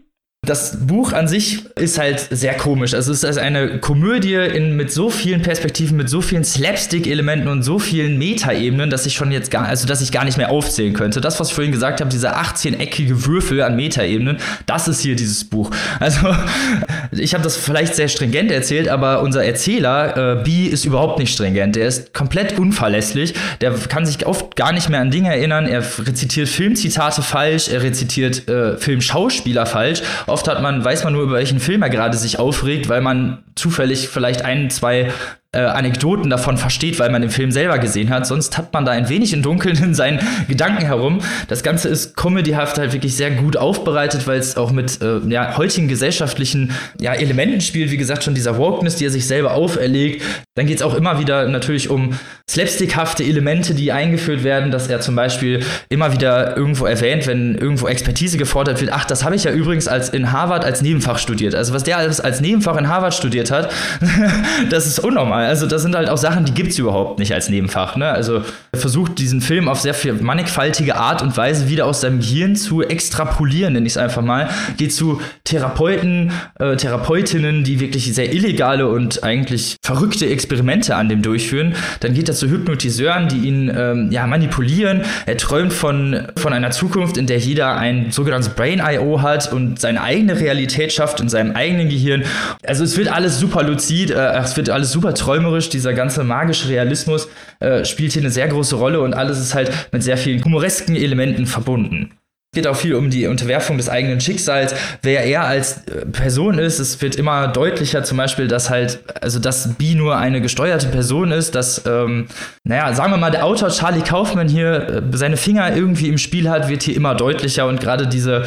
S1: Das Buch an sich ist halt sehr komisch. Also es ist eine Komödie mit so vielen Perspektiven, mit so vielen Slapstick-Elementen und so vielen Metaebenen, dass ich gar nicht mehr aufzählen könnte. Das, was ich vorhin gesagt habe, dieser 18-eckige Würfel an Metaebenen, das ist hier dieses Buch. Also ich habe das vielleicht sehr stringent erzählt, aber unser Erzähler, B, ist überhaupt nicht stringent. Der ist komplett unverlässlich. Der kann sich oft gar nicht mehr an Dinge erinnern. Er rezitiert Filmzitate falsch, er rezitiert Filmschauspieler falsch. Oft weiß man nur, über welchen Film er gerade sich aufregt, weil man zufällig vielleicht 1, 2 Anekdoten davon versteht, weil man den Film selber gesehen hat. Sonst tappt man da ein wenig im Dunkeln in seinen Gedanken herum. Das Ganze ist comedyhaft halt wirklich sehr gut aufbereitet, weil es auch mit heutigen gesellschaftlichen Elementen spielt. Wie gesagt, schon dieser Wokeness, die er sich selber auferlegt. Dann geht es auch immer wieder natürlich um slapstickhafte Elemente, die eingeführt werden, dass er zum Beispiel immer wieder irgendwo erwähnt, wenn irgendwo Expertise gefordert wird. Ach, das habe ich ja übrigens in Harvard als Nebenfach studiert. Also was der alles als Nebenfach in Harvard studiert hat, das ist unnormal. Also das sind halt auch Sachen, die gibt's überhaupt nicht als Nebenfach. Ne? Also er versucht diesen Film auf sehr viel mannigfaltige Art und Weise wieder aus seinem Gehirn zu extrapolieren, nenne ich es einfach mal. Geht zu Therapeuten, Therapeutinnen, die wirklich sehr illegale und eigentlich verrückte Experimente an dem durchführen. Dann geht er zu Hypnotiseuren, die ihn manipulieren. Er träumt von einer Zukunft, in der jeder ein sogenanntes Brain-I.O. hat und seine eigene Realität schafft in seinem eigenen Gehirn. Also es wird alles super luzid, es wird alles super träumerisch. Dieser ganze magische Realismus spielt hier eine sehr große Rolle und alles ist halt mit sehr vielen humoresken Elementen verbunden. Es geht auch viel um die Unterwerfung des eigenen Schicksals, wer er als Person ist. Es wird immer deutlicher zum Beispiel, dass B nur eine gesteuerte Person ist, dass, sagen wir mal, der Autor Charlie Kaufman hier seine Finger irgendwie im Spiel hat, wird hier immer deutlicher und gerade diese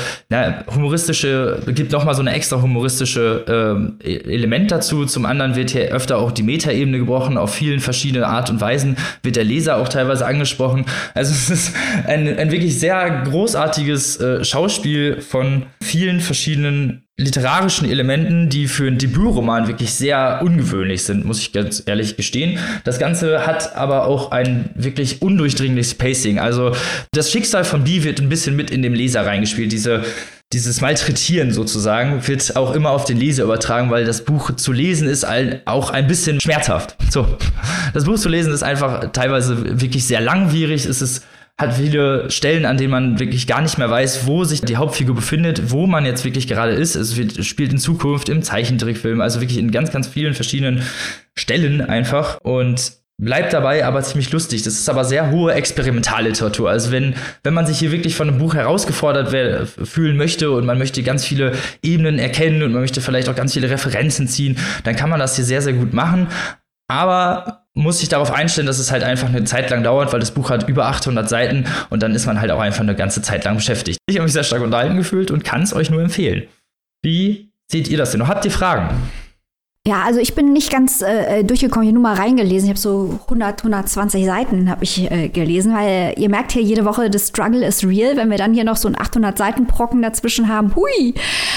S1: gibt nochmal so eine extra humoristische Element dazu. Zum anderen wird hier öfter auch die Metaebene gebrochen, auf vielen verschiedene Art und Weisen wird der Leser auch teilweise angesprochen. Also es ist ein wirklich sehr großartiges Schauspiel von vielen verschiedenen literarischen Elementen, die für einen Debütroman wirklich sehr ungewöhnlich sind, muss ich ganz ehrlich gestehen. Das Ganze hat aber auch ein wirklich undurchdringliches Pacing. Also das Schicksal von B wird ein bisschen mit in dem Leser reingespielt. Dieses Malträtieren sozusagen wird auch immer auf den Leser übertragen, weil das Buch zu lesen ist auch ein bisschen schmerzhaft. So, das Buch zu lesen ist einfach teilweise wirklich sehr langwierig. Hat viele Stellen, an denen man wirklich gar nicht mehr weiß, wo sich die Hauptfigur befindet, wo man jetzt wirklich gerade ist. Es spielt in Zukunft im Zeichentrickfilm, also wirklich in ganz, ganz vielen verschiedenen Stellen einfach und bleibt dabei aber ziemlich lustig. Das ist aber sehr hohe Experimentalliteratur. Also wenn man sich hier wirklich von einem Buch herausgefordert fühlen möchte und man möchte ganz viele Ebenen erkennen und man möchte vielleicht auch ganz viele Referenzen ziehen, dann kann man das hier sehr, sehr gut machen. Aber muss sich darauf einstellen, dass es halt einfach eine Zeit lang dauert, weil das Buch hat über 800 Seiten und dann ist man halt auch einfach eine ganze Zeit lang beschäftigt. Ich habe mich sehr stark unterhalten gefühlt und kann es euch nur empfehlen. Wie seht ihr das denn? Habt ihr Fragen?
S2: Ja, also ich bin nicht ganz durchgekommen, hier nur mal reingelesen. Ich habe so 120 Seiten habe ich gelesen, weil ihr merkt hier jede Woche, the struggle is real. Wenn wir dann hier noch so einen 800-Seiten-Brocken dazwischen haben, hui.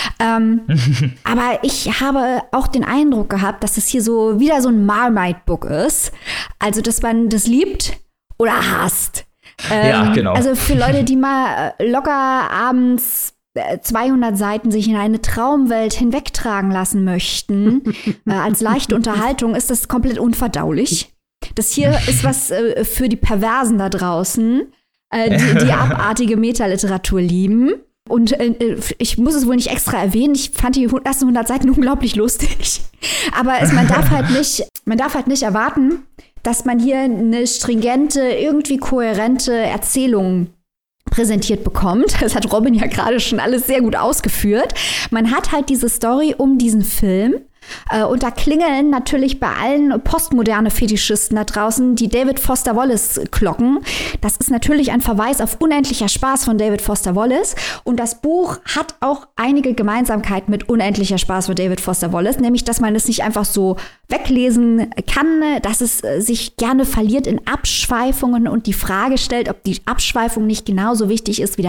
S2: Aber ich habe auch den Eindruck gehabt, dass es hier so wieder so ein Marmite-Book ist. Also, dass man das liebt oder hasst.
S1: Ja, genau.
S2: Also für Leute, die mal locker abends 200 Seiten sich in eine Traumwelt hinwegtragen lassen möchten, als leichte Unterhaltung, ist das komplett unverdaulich. Das hier ist was für die Perversen da draußen, die abartige Metaliteratur lieben. Und ich muss es wohl nicht extra erwähnen, ich fand die ersten 100 Seiten unglaublich lustig. Aber man darf halt nicht erwarten, dass man hier eine stringente, irgendwie kohärente Erzählung präsentiert bekommt. Das hat Robin ja gerade schon alles sehr gut ausgeführt. Man hat halt diese Story um diesen Film. Und da klingeln natürlich bei allen postmoderne Fetischisten da draußen die David Foster Wallace-Glocken. Das ist natürlich ein Verweis auf Unendlicher Spaß von David Foster Wallace. Und das Buch hat auch einige Gemeinsamkeiten mit Unendlicher Spaß von David Foster Wallace, nämlich, dass man es nicht einfach so weglesen kann, dass es sich gerne verliert in Abschweifungen und die Frage stellt, ob die Abschweifung nicht genauso wichtig ist wie der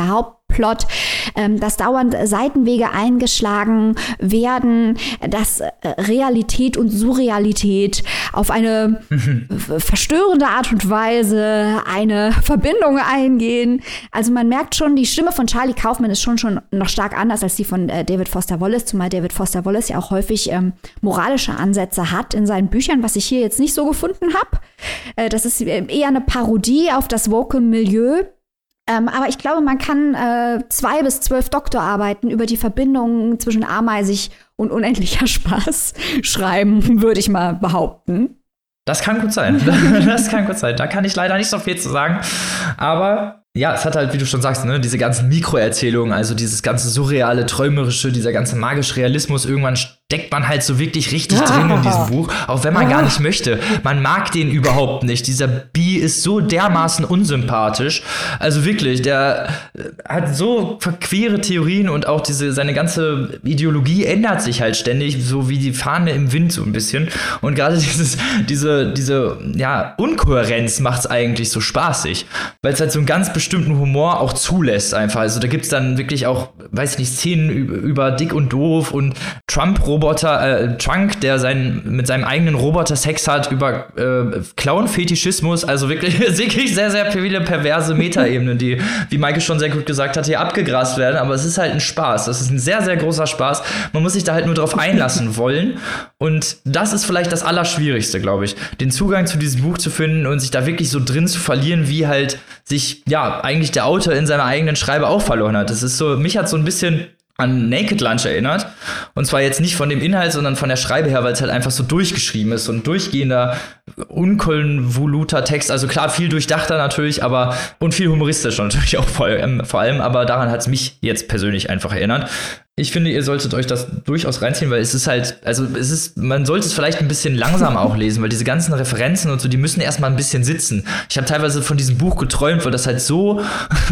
S2: Hauptplot, dass dauernd Seitenwege eingeschlagen werden, dass Realität und Surrealität auf eine verstörende Art und Weise eine Verbindung eingehen. Also man merkt schon, die Stimme von Charlie Kaufman ist schon noch stark anders als die von David Foster Wallace, zumal David Foster Wallace ja auch häufig moralische Ansätze hat in seinen Büchern, was ich hier jetzt nicht so gefunden habe. Das ist eher eine Parodie auf das Woke-Milieu. Aber ich glaube, man kann 2 bis 12 Doktorarbeiten über die Verbindungen zwischen ameisig und unendlicher Spaß schreiben, würde ich mal behaupten.
S1: Das kann gut sein. Da kann ich leider nicht so viel zu sagen. Aber ja, es hat halt, wie du schon sagst, ne, diese ganzen Mikroerzählungen, also dieses ganze surreale, träumerische, dieser ganze magische Realismus. Irgendwann steckt man halt so wirklich richtig drin in diesem Buch, auch wenn man gar nicht möchte. Man mag den überhaupt nicht. Dieser Bee ist so dermaßen unsympathisch. Also wirklich, der hat so queere Theorien und auch seine ganze Ideologie ändert sich halt ständig, so wie die Fahne im Wind so ein bisschen. Und gerade diese Unkohärenz macht es eigentlich so spaßig, weil es halt so einen ganz bestimmten Humor auch zulässt einfach. Also da gibt es dann wirklich auch, weiß ich nicht, Szenen über Dick und Doof und Trunk, der mit seinem eigenen Roboter Sex hat, über Clown-Fetischismus, also wirklich sehr, sehr viele perverse Metaebenen, die, wie Maike schon sehr gut gesagt hat, hier abgegrast werden, aber es ist halt ein Spaß. Das ist ein sehr, sehr großer Spaß. Man muss sich da halt nur drauf einlassen wollen und das ist vielleicht das Allerschwierigste, glaube ich, den Zugang zu diesem Buch zu finden und sich da wirklich so drin zu verlieren, wie halt sich, eigentlich der Autor in seiner eigenen Schreibe auch verloren hat. Das ist so, mich hat so ein bisschen an Naked Lunch erinnert. Und zwar jetzt nicht von dem Inhalt, sondern von der Schreibe her, weil es halt einfach so durchgeschrieben ist. So ein durchgehender, unkonvoluter Text. Also klar, viel durchdachter natürlich, und viel humoristischer natürlich auch vor allem. Aber daran hat es mich jetzt persönlich einfach erinnert. Ich finde, ihr solltet euch das durchaus reinziehen, weil es ist halt, man sollte es vielleicht ein bisschen langsam auch lesen, weil diese ganzen Referenzen und so, die müssen erstmal ein bisschen sitzen. Ich habe teilweise von diesem Buch geträumt, weil das halt so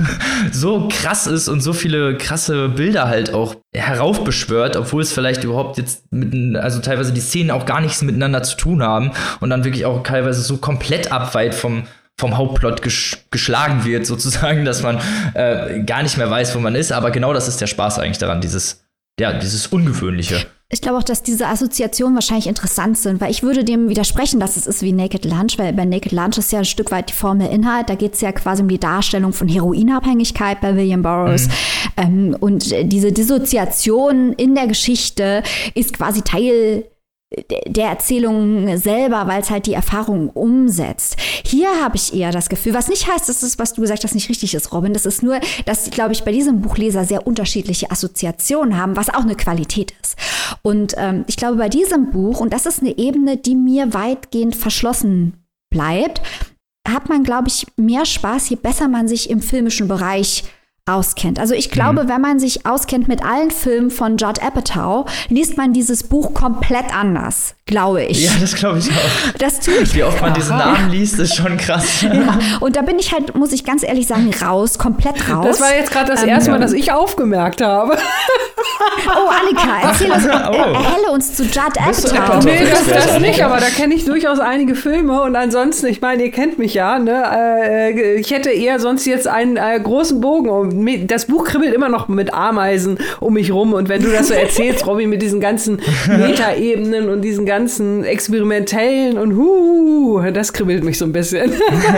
S1: krass ist und so viele krasse Bilder halt auch heraufbeschwört, obwohl es vielleicht überhaupt jetzt teilweise die Szenen auch gar nichts miteinander zu tun haben und dann wirklich auch teilweise so komplett abweit vom Hauptplot geschlagen wird, sozusagen, dass man gar nicht mehr weiß, wo man ist. Aber genau das ist der Spaß eigentlich daran, dieses Ungewöhnliche.
S2: Ich glaube auch, dass diese Assoziationen wahrscheinlich interessant sind, weil ich würde dem widersprechen, dass es ist wie Naked Lunch, weil bei Naked Lunch ist ja ein Stück weit die Form der Inhalt. Da geht es ja quasi um die Darstellung von Heroinabhängigkeit bei William Burroughs. Und diese Dissoziation in der Geschichte ist quasi Teil der Erzählung selber, weil es halt die Erfahrung umsetzt. Hier habe ich eher das Gefühl, was nicht heißt, dass das, was du gesagt hast, nicht richtig ist, Robin. Das ist nur, dass, glaube ich, bei diesem Buchleser sehr unterschiedliche Assoziationen haben, was auch eine Qualität ist. Und ich glaube, bei diesem Buch, und das ist eine Ebene, die mir weitgehend verschlossen bleibt, hat man, glaube ich, mehr Spaß, je besser man sich im filmischen Bereich auskennt. Also ich glaube, wenn man sich auskennt mit allen Filmen von Judd Apatow, liest man dieses Buch komplett anders, glaube ich.
S1: Ja, das glaube ich auch.
S2: Das tue ich.
S1: Wie oft man diesen Namen liest, ist schon krass.
S2: Ja. Und da bin ich halt, muss ich ganz ehrlich sagen, komplett raus.
S3: Das war jetzt gerade das erste Mal, dass ich aufgemerkt habe.
S2: Oh, Annika, erzähl uns, erhelle uns zu Judd Apatow.
S3: Nee, das nicht, aber da kenne ich durchaus einige Filme und ansonsten, ich meine, ihr kennt mich ja, ne? Ich hätte eher sonst jetzt einen großen Bogen. Das Buch kribbelt immer noch mit Ameisen um mich rum und wenn du das so erzählst, Robby, mit diesen ganzen Metaebenen und diesen ganzen experimentellen und das kribbelt mich so ein bisschen.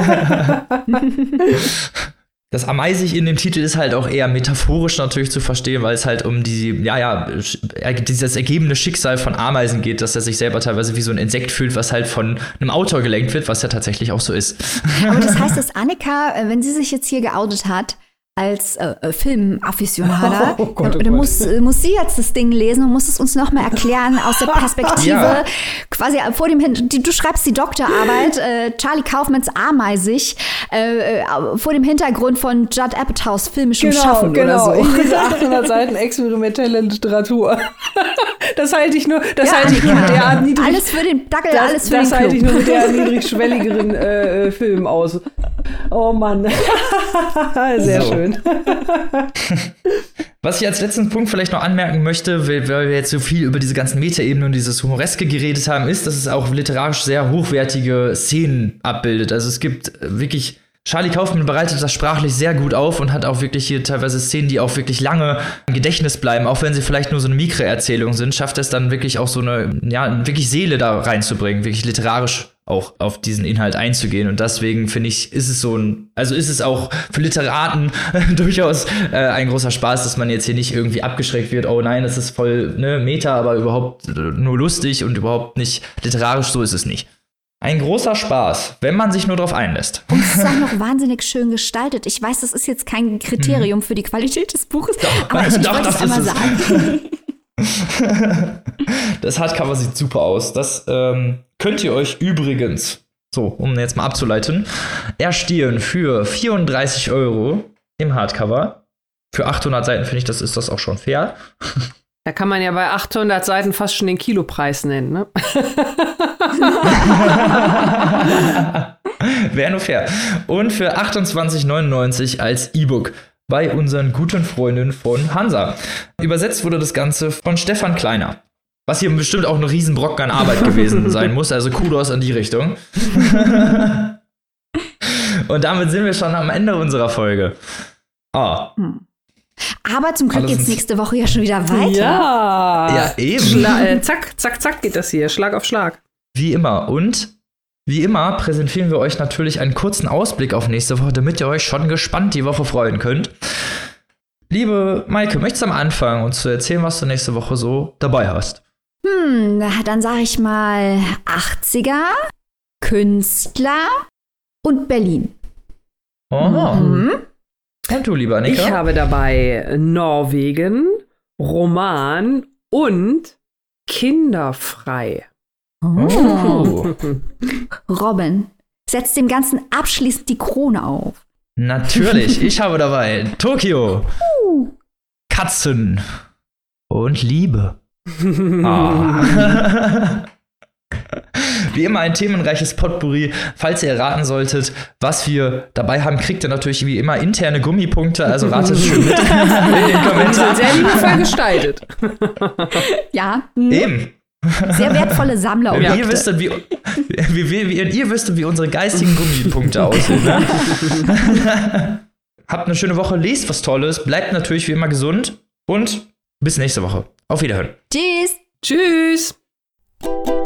S1: Das Ameisig in dem Titel ist halt auch eher metaphorisch natürlich zu verstehen, weil es halt um dieses ergebene Schicksal von Ameisen geht, dass er sich selber teilweise wie so ein Insekt fühlt, was halt von einem Autor gelenkt wird, was ja tatsächlich auch so ist.
S2: Aber das heißt, dass Annika, wenn sie sich jetzt hier geoutet hat, als Filmafficionada, dann muss sie jetzt das Ding lesen und muss es uns noch mal erklären aus der Perspektive quasi vor dem du schreibst die Doktorarbeit Charlie Kaufmans Ameisig vor dem Hintergrund von Judd Apatows filmischem Schaffen oder so.
S3: In diese 800 Seiten experimentelle Literatur. Das halte ich nur mit der niedrig,
S2: alles für den Dackel, alles für den Club.
S3: Das halte ich nur mit der niedrigschwelligeren Film aus. Oh Mann. Sehr schön.
S1: Was ich als letzten Punkt vielleicht noch anmerken möchte, weil wir jetzt so viel über diese ganzen Metaebenen und dieses Humoreske geredet haben, ist, dass es auch literarisch sehr hochwertige Szenen abbildet. Also es gibt wirklich Charlie Kaufman bereitet das sprachlich sehr gut auf und hat auch wirklich hier teilweise Szenen, die auch wirklich lange im Gedächtnis bleiben, auch wenn sie vielleicht nur so eine Mikroerzählung sind, schafft es dann wirklich auch so eine, wirklich Seele da reinzubringen, wirklich literarisch auch auf diesen Inhalt einzugehen. Und deswegen finde ich, ist es auch für Literaten durchaus ein großer Spaß, dass man jetzt hier nicht irgendwie abgeschreckt wird, oh nein, das ist voll Meta, aber überhaupt nur lustig und überhaupt nicht literarisch, so ist es nicht. Ein großer Spaß, wenn man sich nur drauf einlässt.
S2: Und es ist auch noch wahnsinnig schön gestaltet. Ich weiß, das ist jetzt kein Kriterium für die Qualität des Buches, aber ich wollte es einmal sagen.
S1: Das Hardcover sieht super aus. Das könnt ihr euch übrigens, so, um jetzt mal abzuleiten, erstehen für 34 € im Hardcover. Für 800 Seiten finde ich, ist das auch schon fair.
S3: Da kann man ja bei 800 Seiten fast schon den Kilopreis nennen, ne?
S1: Wäre nur fair. Und für 28,99 als E-Book bei unseren guten Freunden von Hansa. Übersetzt wurde das Ganze von Stefan Kleiner. Was hier bestimmt auch ein Riesenbrocken an Arbeit gewesen sein muss. Also Kudos in die Richtung. Und damit sind wir schon am Ende unserer Folge.
S2: Aber zum Glück geht's nächste Woche ja schon wieder weiter.
S3: Ja
S1: eben.
S3: Zack, zack, zack geht das hier. Schlag auf Schlag.
S1: Wie immer. Und wie immer präsentieren wir euch natürlich einen kurzen Ausblick auf nächste Woche, damit ihr euch schon gespannt die Woche freuen könnt. Liebe Maike, möchtest du am Anfang uns zu erzählen, was du nächste Woche so dabei hast?
S2: Dann sage ich mal 80er, Künstler und Berlin.
S1: Und du, lieber Annika?
S3: Ich habe dabei Norwegen, Roman und Kinderfrei.
S2: Robin, setzt dem Ganzen abschließend die Krone auf.
S1: Natürlich, ich habe dabei Tokio, Katzen und Liebe. Wie immer ein themenreiches Potpourri. Falls ihr erraten solltet, was wir dabei haben, kriegt ihr natürlich wie immer interne Gummipunkte. Also ratet schön mit in den Kommentaren.
S3: Sehr liebevoll gestaltet.
S2: Ja.
S1: Eben.
S2: Sehr wertvolle Sammlerobjekte.
S1: Ihr wüsstet, wie unsere geistigen Gummipunkte aussehen. Ne? Habt eine schöne Woche, lest was Tolles, bleibt natürlich wie immer gesund und bis nächste Woche. Auf Wiederhören.
S2: Tschüss.
S3: Tschüss.